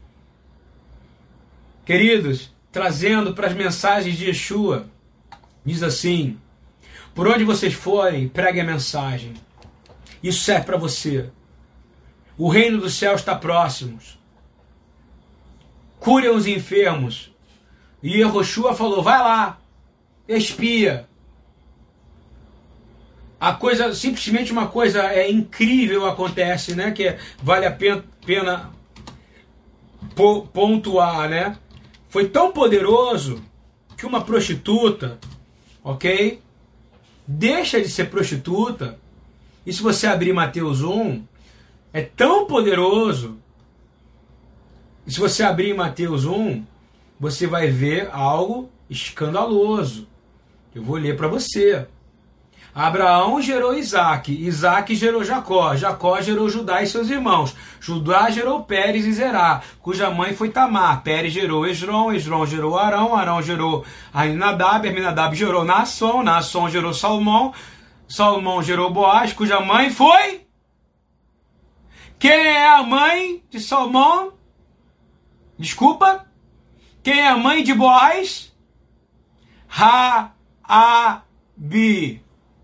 Queridos, trazendo para as mensagens de Yeshua, diz assim, por onde vocês forem, pregue a mensagem. Isso serve para você. O reino dos céus está próximo. Curem os enfermos. E Yehoshua falou, vai lá, espia. A coisa, simplesmente uma coisa é incrível acontece, né? Que vale a pena, pena pontuar, né? Foi tão poderoso que uma prostituta, ok? Deixa de ser prostituta. E se você abrir Mateus um, é tão poderoso. E se você abrir Mateus um, você vai ver algo escandaloso. Eu vou ler para você. Abraão gerou Isaac, Isaac gerou Jacó, Jacó gerou Judá e seus irmãos, Judá gerou Pérez e Zerá, cuja mãe foi Tamar, Pérez gerou Esrom, Esrom gerou Arão, Arão gerou Aminadab, Aminadab gerou Naasson, Naasson gerou Salmão, Salmão gerou Boaz, cuja mãe foi... Quem é a mãe de Salmão? Desculpa? Quem é a mãe de Boaz? Raabe.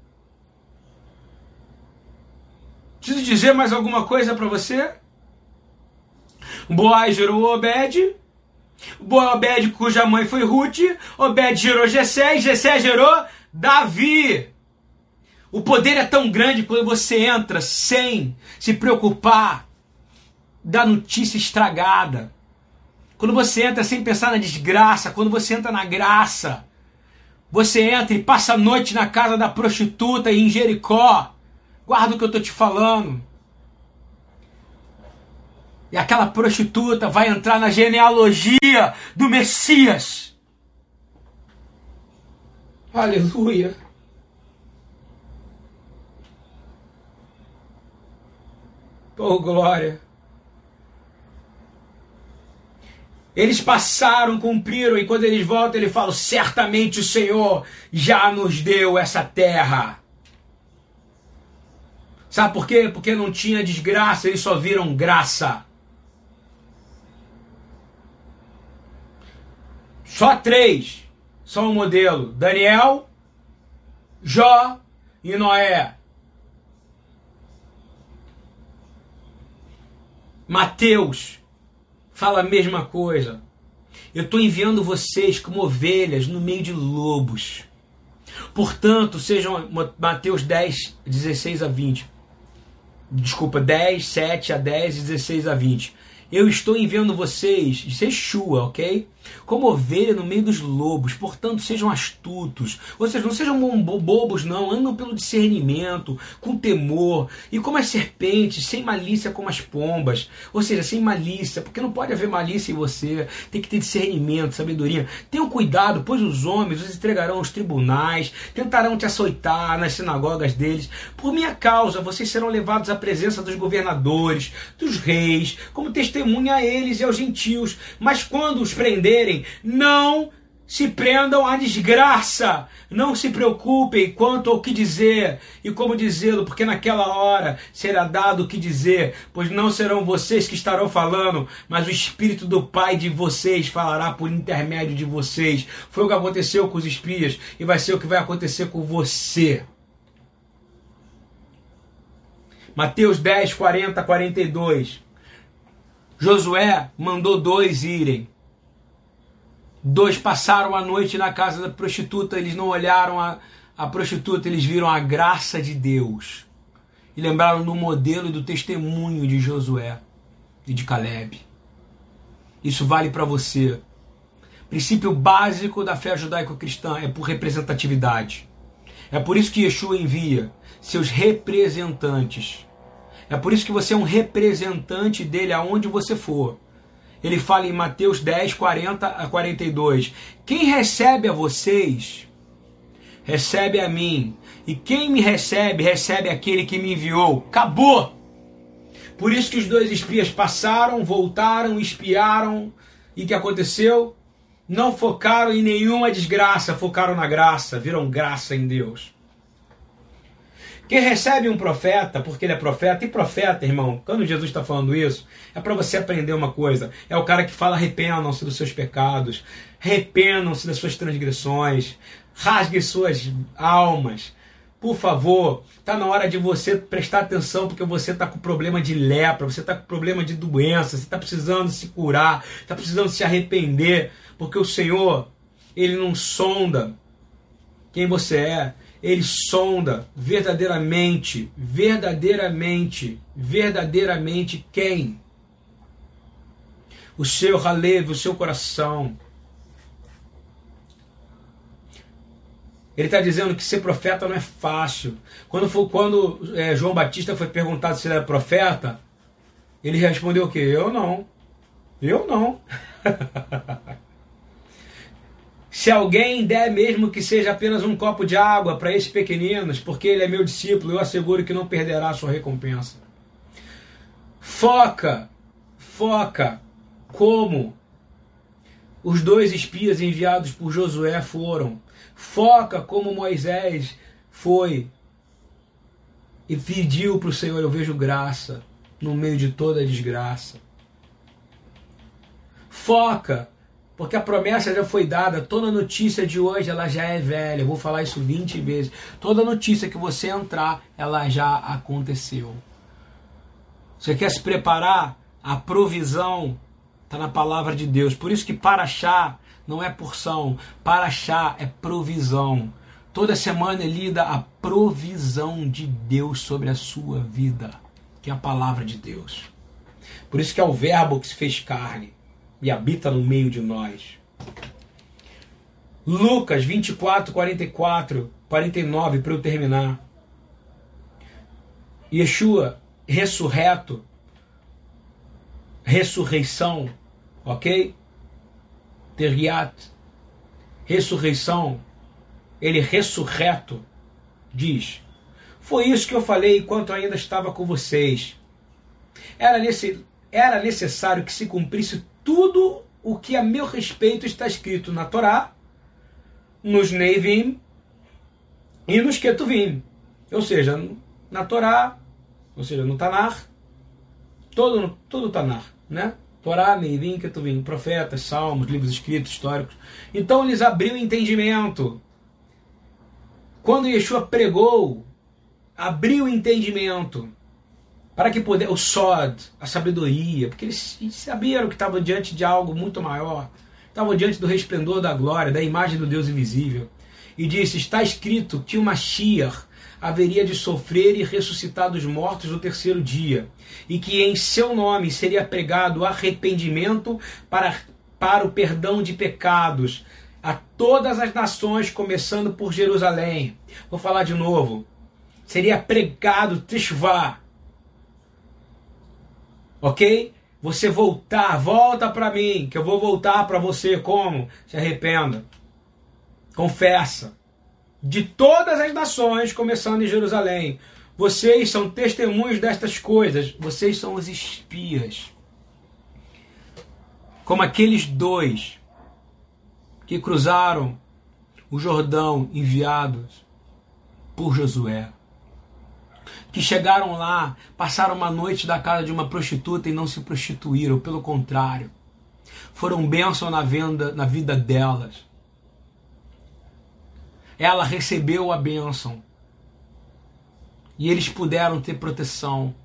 Preciso dizer mais alguma coisa para você? Boaz gerou Obed, Obed cuja mãe foi Ruth, Obed gerou Jessé, Jessé gerou Davi. O poder é tão grande quando você entra sem se preocupar da notícia estragada. Quando você entra sem pensar na desgraça, quando você entra na graça, você entra e passa a noite na casa da prostituta em Jericó. Guarda o que eu estou te falando. E aquela prostituta vai entrar na genealogia do Messias. Aleluia. Oh, glória! Eles passaram, cumpriram, e quando eles voltam, ele fala, certamente o Senhor já nos deu essa terra. Sabe por quê? Porque não tinha desgraça, eles só viram graça. Só três são o modelo: Daniel, Jó e Noé. Mateus fala a mesma coisa. Eu estou enviando vocês como ovelhas no meio de lobos. Portanto, sejam Mateus dez, dezesseis a vinte. Desculpa, dez, sete a dez, dezesseis a vinte. Eu estou enviando vocês, Yeshua, ok? Como ovelha no meio dos lobos. Portanto, sejam astutos. Ou seja, não sejam bobos, não. Andam pelo discernimento, com temor. E como as serpentes, sem malícia como as pombas. Ou seja, sem malícia. Porque não pode haver malícia em você. Tem que ter discernimento, sabedoria. Tenham cuidado, pois os homens os entregarão aos tribunais. Tentarão te açoitar nas sinagogas deles. Por minha causa, vocês serão levados à presença dos governadores, dos reis, como testemunha a eles e aos gentios. Mas quando os prenderem, não se prendam à desgraça. Não se preocupem quanto ao que dizer e como dizê-lo, porque naquela hora será dado o que dizer, pois não serão vocês que estarão falando, mas o Espírito do Pai de vocês falará por intermédio de vocês. Foi o que aconteceu com os espias e vai ser o que vai acontecer com você. Mateus dez, quarenta a quarenta e dois. Josué mandou dois irem. Dois passaram a noite na casa da prostituta, eles não olharam a, a prostituta, eles viram a graça de Deus. E lembraram do modelo e do testemunho de Josué e de Caleb. Isso vale para você. Princípio básico da fé judaico-cristã é por representatividade. É por isso que Yeshua envia seus representantes. É por isso que você é um representante dele aonde você for. Ele fala em Mateus dez, quarenta a quarenta e dois. Quem recebe a vocês, recebe a mim. E quem me recebe, recebe aquele que me enviou. Acabou! Por isso que os dois espias passaram, voltaram, espiaram. E o que aconteceu? Não focaram em nenhuma desgraça, focaram na graça, viram graça em Deus. Quem recebe um profeta, porque ele é profeta, e profeta, irmão, quando Jesus está falando isso, é para você aprender uma coisa. É o cara que fala, arrependam-se dos seus pecados, arrependam-se das suas transgressões, rasguem suas almas. Por favor, está na hora de você prestar atenção, porque você está com problema de lepra, você está com problema de doença, você está precisando se curar, está precisando se arrepender, porque o Senhor, Ele não sonda quem você é, Ele sonda verdadeiramente, verdadeiramente, verdadeiramente quem? O seu ralevo, o seu coração. Ele está dizendo que ser profeta não é fácil. Quando, foi, quando é, João Batista foi perguntado se ele era profeta, ele respondeu o quê? Eu não. Eu não. Se alguém der mesmo que seja apenas um copo de água para esses pequeninos, porque ele é meu discípulo, eu asseguro que não perderá a sua recompensa. Foca, foca como os dois espias enviados por Josué foram. Foca como Moisés foi e pediu para o Senhor, eu vejo graça no meio de toda a desgraça. Foca, porque a promessa já foi dada. Toda notícia de hoje ela já é velha. Eu vou falar isso vinte vezes. Toda notícia que você entrar, ela já aconteceu. Você quer se preparar? A provisão está na palavra de Deus. Por isso que paraxá não é porção. Paraxá é provisão. Toda semana é lida a provisão de Deus sobre a sua vida, que é a palavra de Deus. Por isso que é o verbo que se fez carne e habita no meio de nós. Lucas vinte e quatro, quarenta e quatro, quarenta e nove, para eu terminar. Yeshua, ressurreto, ressurreição, ok? Teriat, ressurreição, ele ressurreto, diz: foi isso que eu falei enquanto ainda estava com vocês. Era, nesse, era necessário que se cumprisse tudo o que a meu respeito está escrito na Torá, nos Neivim e nos Ketuvim. Ou seja, na Torá, ou seja, no Tanar, todo, todo o Tanar, né? Torá, Neivim, Ketuvim, profetas, salmos, livros escritos, históricos. Então eles abriram o entendimento. Quando Yeshua pregou, abriu o entendimento para que pudesse, o Sod, a sabedoria, porque eles sabiam que estavam diante de algo muito maior, estavam diante do resplendor da glória, da imagem do Deus invisível. E disse, está escrito que o Mashiach haveria de sofrer e ressuscitar dos mortos no terceiro dia, e que em seu nome seria pregado arrependimento para, para o perdão de pecados a todas as nações, começando por Jerusalém. Vou falar de novo. Seria pregado Teshuvah. Ok? Você voltar, volta para mim, que eu vou voltar para você. Como? Se arrependa. Confessa. De todas as nações, começando em Jerusalém. Vocês são testemunhos destas coisas. Vocês são os espias. Como aqueles dois que cruzaram o Jordão enviados por Josué. Que chegaram lá, passaram uma noite da casa de uma prostituta e não se prostituíram. Pelo contrário, foram bênção na, venda, na vida delas. Ela recebeu a bênção. E eles puderam ter proteção.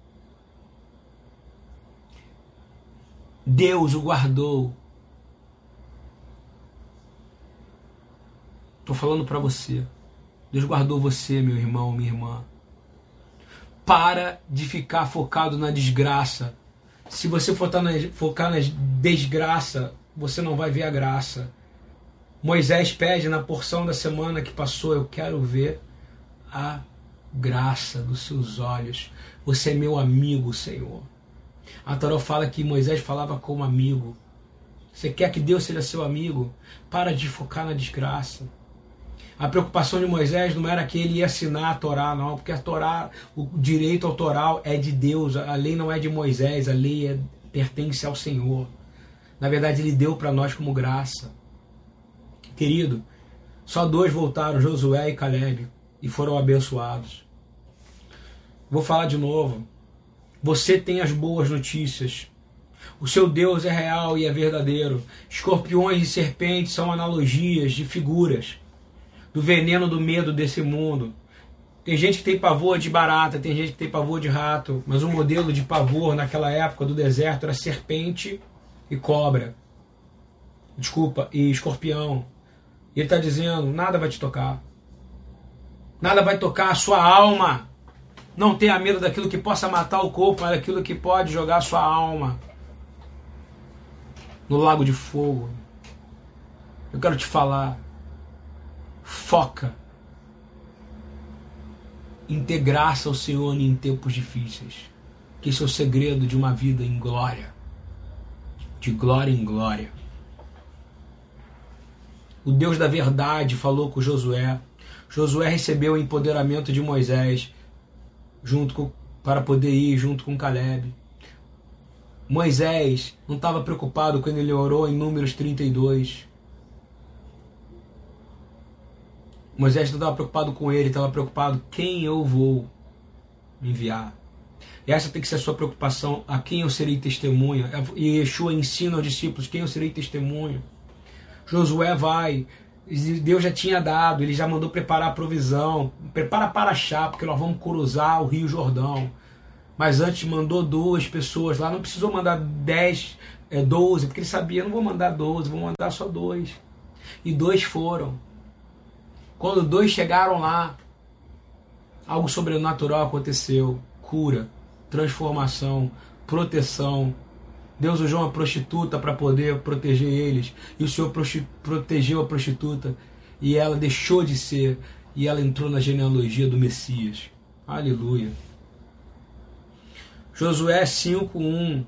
Deus o guardou. Estou falando para você. Deus guardou você, meu irmão, minha irmã. Para de ficar focado na desgraça. Se você focar na desgraça, você não vai ver a graça. Moisés pede na porção da semana que passou, eu quero ver a graça dos seus olhos. Você é meu amigo, Senhor. A Torá fala que Moisés falava como amigo. Você quer que Deus seja seu amigo? Para de focar na desgraça. A preocupação de Moisés não era que ele ia assinar a Torá, não, porque a Torá, o direito autoral é de Deus, a lei não é de Moisés, a lei é, pertence ao Senhor. Na verdade, ele deu para nós como graça. Querido, só dois voltaram, Josué e Caleb, e foram abençoados. Vou falar de novo. Você tem as boas notícias. O seu Deus é real e é verdadeiro. Escorpiões e serpentes são analogias de figuras do veneno do medo desse mundo. Tem gente que tem pavor de barata, tem gente que tem pavor de rato, mas o modelo de pavor naquela época do deserto era serpente e cobra. Desculpa, e escorpião. E ele está dizendo, nada vai te tocar. Nada vai tocar a sua alma. Não tenha medo daquilo que possa matar o corpo, mas daquilo que pode jogar a sua alma no lago de fogo. Eu quero te falar. Foca em ter graça ao Senhor em tempos difíceis. Que esse é o segredo de uma vida em glória. De glória em glória. O Deus da verdade falou com Josué. Josué recebeu o empoderamento de Moisés junto com, para poder ir junto com Caleb. Moisés não estava preocupado quando ele orou em Números trinta e dois. Moisés não estava preocupado com ele, estava preocupado quem eu vou enviar. E essa tem que ser a sua preocupação, a quem eu serei testemunha. E Yeshua ensina aos discípulos quem eu serei testemunha. Josué vai, Deus já tinha dado, ele já mandou preparar a provisão. Prepara para achar, porque nós vamos cruzar o Rio Jordão. Mas antes mandou duas pessoas lá, não precisou mandar dez, é, doze, porque ele sabia, não vou mandar doze, vou mandar só dois. E dois foram. Quando dois chegaram lá, algo sobrenatural aconteceu. Cura, transformação, proteção. Deus usou uma prostituta para poder proteger eles. E o Senhor protegeu a prostituta. E ela deixou de ser. E ela entrou na genealogia do Messias. Aleluia. Josué cinco, um.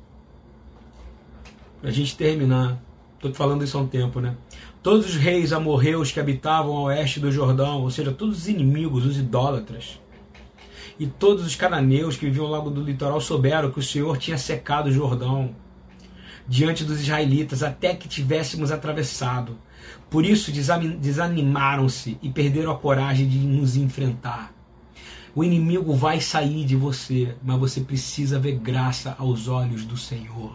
Para a gente terminar. Estou falando isso há um tempo, né? Todos os reis amorreus que habitavam ao oeste do Jordão, ou seja, todos os inimigos, os idólatras, E todos os cananeus que viviam logo do litoral souberam que o Senhor tinha secado o Jordão diante dos israelitas até que tivéssemos atravessado. Por isso desanimaram-se e perderam a coragem de nos enfrentar. O inimigo vai sair de você, mas você precisa ver graça aos olhos do Senhor.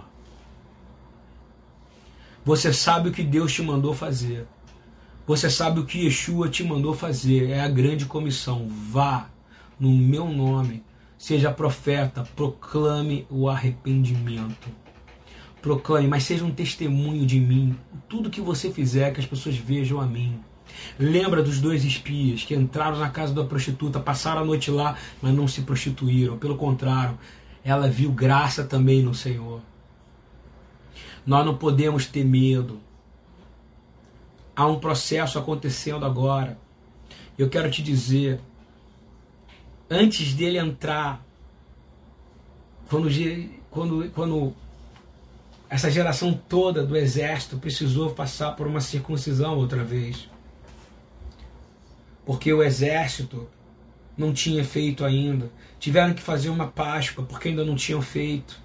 Você sabe o que Deus te mandou fazer. Você sabe o que Yeshua te mandou fazer. É a grande comissão. Vá no meu nome, seja profeta, proclame o arrependimento. Proclame, mas seja um testemunho de mim. Tudo que você fizer, que as pessoas vejam a mim. Lembra dos dois espias que entraram na casa da prostituta, passaram a noite lá, mas não se prostituíram. Pelo contrário, ela viu graça também no Senhor. Nós não podemos ter medo. Há um processo acontecendo agora. Eu quero te dizer, antes dele entrar, quando, quando, quando essa geração toda do exército precisou passar por uma circuncisão outra vez, porque o exército não tinha feito ainda, tiveram que fazer uma Páscoa porque ainda não tinham feito.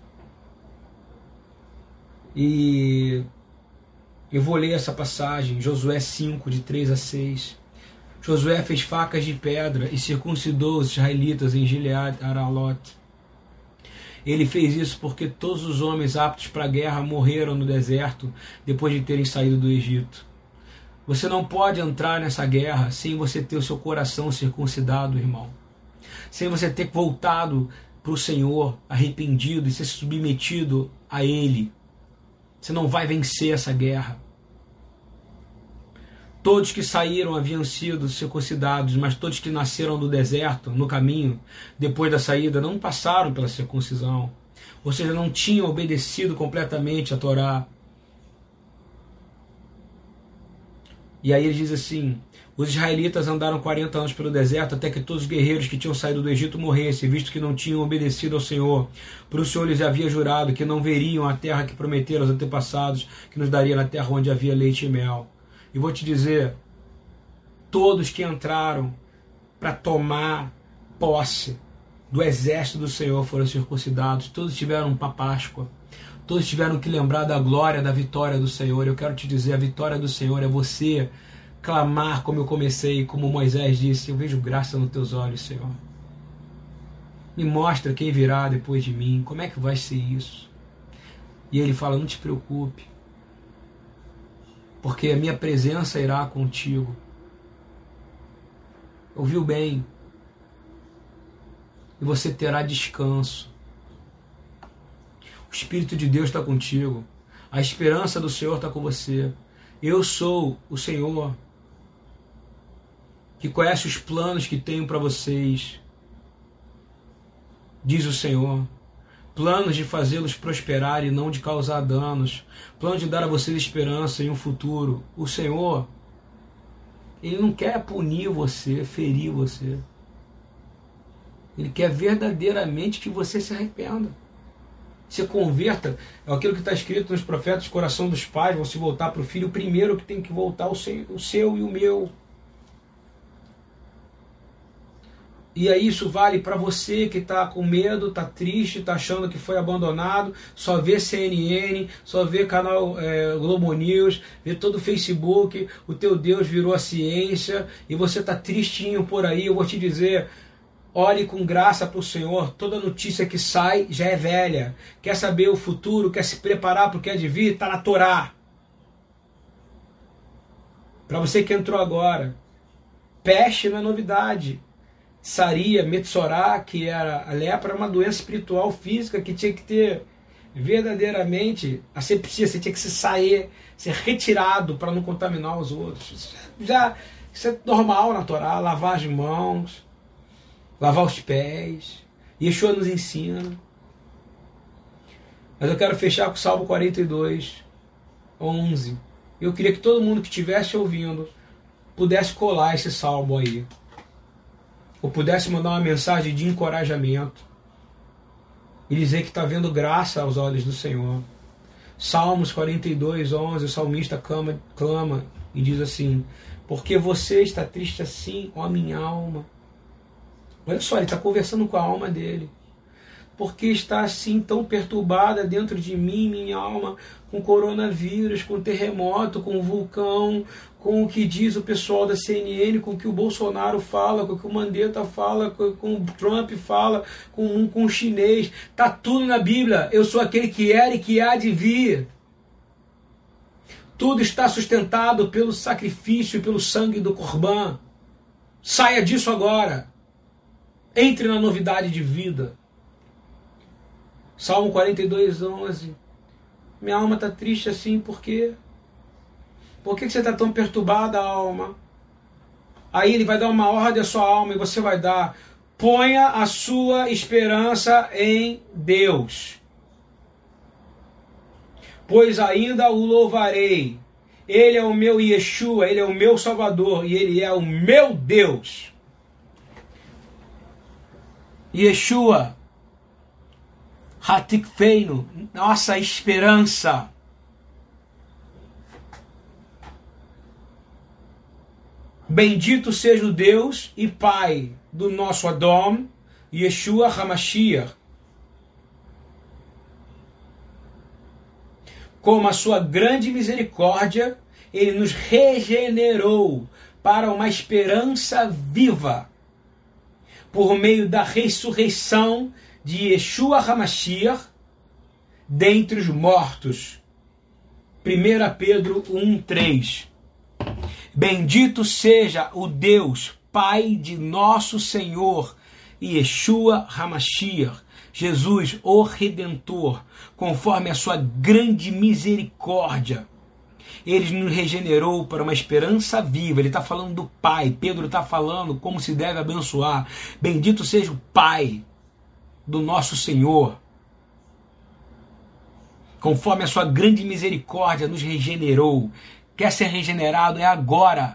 E eu vou ler essa passagem, Josué cinco, de três a seis. Josué fez facas de pedra e circuncidou os israelitas em Gilead Aralot. Ele fez isso porque todos os homens aptos para a guerra morreram no deserto depois de terem saído do Egito. Você não pode entrar nessa guerra sem você ter o seu coração circuncidado, irmão. Sem você ter voltado para o Senhor arrependido e ser submetido a Ele. Você não vai vencer essa guerra. Todos que saíram haviam sido circuncidados, mas todos que nasceram no deserto, no caminho, depois da saída, não passaram pela circuncisão. Ou seja, não tinham obedecido completamente a Torá. E aí ele diz assim: os israelitas andaram quarenta anos pelo deserto até que todos os guerreiros que tinham saído do Egito morressem, visto que não tinham obedecido ao Senhor. Por o Senhor lhes havia jurado que não veriam a terra que prometeram aos antepassados, que nos daria na terra onde havia leite e mel. E vou te dizer, todos que entraram para tomar posse do exército do Senhor foram circuncidados, todos tiveram uma Páscoa, todos tiveram que lembrar da glória, da vitória do Senhor. Eu quero te dizer, a vitória do Senhor é você clamar como eu comecei, como Moisés disse: eu vejo graça nos teus olhos, Senhor. Me mostra quem virá depois de mim, como é que vai ser isso? E ele fala: não te preocupe, porque a minha presença irá contigo. Ouviu bem? E você terá descanso. O Espírito de Deus está contigo. A esperança do Senhor está com você. Eu sou o Senhor que conhece os planos que tenho para vocês, diz o Senhor. Planos de fazê-los prosperar e não de causar danos. Planos de dar a vocês esperança em um futuro. O Senhor, Ele não quer punir você, ferir você. Ele quer verdadeiramente que você se arrependa. Se converta. É aquilo que está escrito nos profetas: o coração dos pais vão se voltar para o filho. O primeiro que tem que voltar é o seu, o seu e o meu. E aí isso vale para você que está com medo, está triste, está achando que foi abandonado, só vê C N N, só vê canal é, Globo News, vê todo o Facebook, o teu Deus virou a ciência e você está tristinho por aí. Eu vou te dizer, olhe com graça para o Senhor. Toda notícia que sai já é velha. Quer saber o futuro, quer se preparar para o que é de vir? Está na Torá. Para você que entrou agora, peste não é novidade. Saria, Metsorá, que era a lepra, uma doença espiritual física que tinha que ter verdadeiramente asepsia, você tinha que se sair, ser retirado para não contaminar os outros. Isso já isso é normal na Torá, lavar as mãos, lavar os pés. Yeshua nos ensina. Mas eu quero fechar com o Salmo quarenta e dois, onze. Eu queria que todo mundo que estivesse ouvindo pudesse colar esse salmo aí, ou pudesse mandar uma mensagem de encorajamento e dizer que está vendo graça aos olhos do Senhor. Salmos quarenta e dois, onze, o salmista clama, clama e diz assim: porque você está triste assim, ó minha alma? Olha só, ele está conversando com a alma dele. Porque está assim tão perturbada dentro de mim, minha alma, com coronavírus, com terremoto, com vulcão, com o que diz o pessoal da C N N, com o que o Bolsonaro fala, com o que o Mandetta fala, com, com o Trump fala, com, com o chinês. Está tudo na Bíblia. Eu sou aquele que era e que há de vir. Tudo está sustentado pelo sacrifício e pelo sangue do Corban. Saia disso agora. Entre na novidade de vida. Salmo quarenta e dois, onze. Minha alma está triste assim, por quê? Por que você está tão perturbada, alma? Aí ele vai dar uma ordem à sua alma e você vai dar. Ponha a sua esperança em Deus. Pois ainda o louvarei. Ele é o meu Yeshua, ele é o meu Salvador e ele é o meu Deus. Yeshua, Hatikfeino, nossa esperança. Bendito seja o Deus e Pai do nosso Adom, Yeshua HaMashiach. Como a sua grande misericórdia, ele nos regenerou para uma esperança viva, por meio da ressurreição de Yeshua HaMashiach dentre os mortos. primeira Pedro um, três. Bendito seja o Deus, Pai de nosso Senhor, Yeshua HaMashiach, Jesus, o Redentor, conforme a sua grande misericórdia. Ele nos regenerou para uma esperança viva. Ele está falando do Pai. Pedro está falando como se deve abençoar. Bendito seja o Pai do nosso Senhor. Conforme a sua grande misericórdia nos regenerou. Quer ser regenerado? É agora.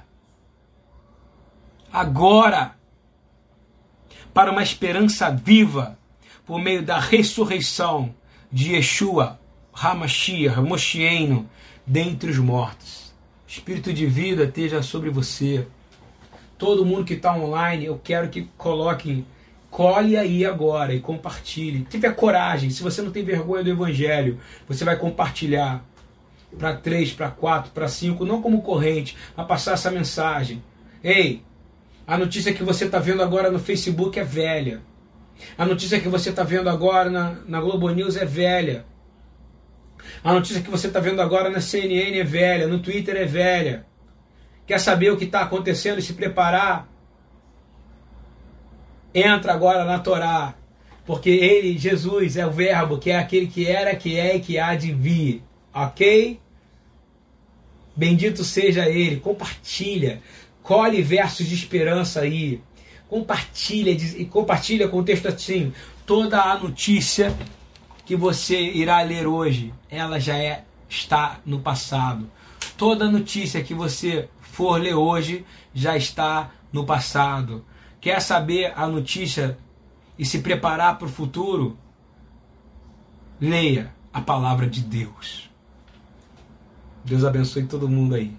Agora. Para uma esperança viva. Por meio da ressurreição de Yeshua HaMashiach, Moshieno, dentre os mortos. Espírito de vida esteja sobre você. Todo mundo que está online, eu quero que coloque, colhe aí agora e compartilhe. Se tiver coragem, se você não tem vergonha do Evangelho, você vai compartilhar para três, para quatro, para cinco, não como corrente, a passar essa mensagem. Ei, a notícia que você está vendo agora no Facebook é velha. A notícia que você está vendo agora na, na Globo News é velha. A notícia que você está vendo agora na C N N é velha, no Twitter é velha. Quer saber o que está acontecendo e se preparar? Entra agora na Torá, porque ele, Jesus, é o verbo, que é aquele que era, que é e que há de vir. Ok? Bendito seja ele. Compartilha. Colhe versos de esperança aí. Compartilha, e compartilha com o texto assim. Toda a notícia que você irá ler hoje, ela já é, está no passado. Toda notícia que você for ler hoje já está no passado. Quer saber a notícia e se preparar para o futuro? Leia a palavra de Deus. Deus abençoe todo mundo aí.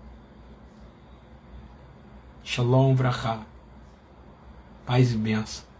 Shalom Vrachá. Paz e bênção.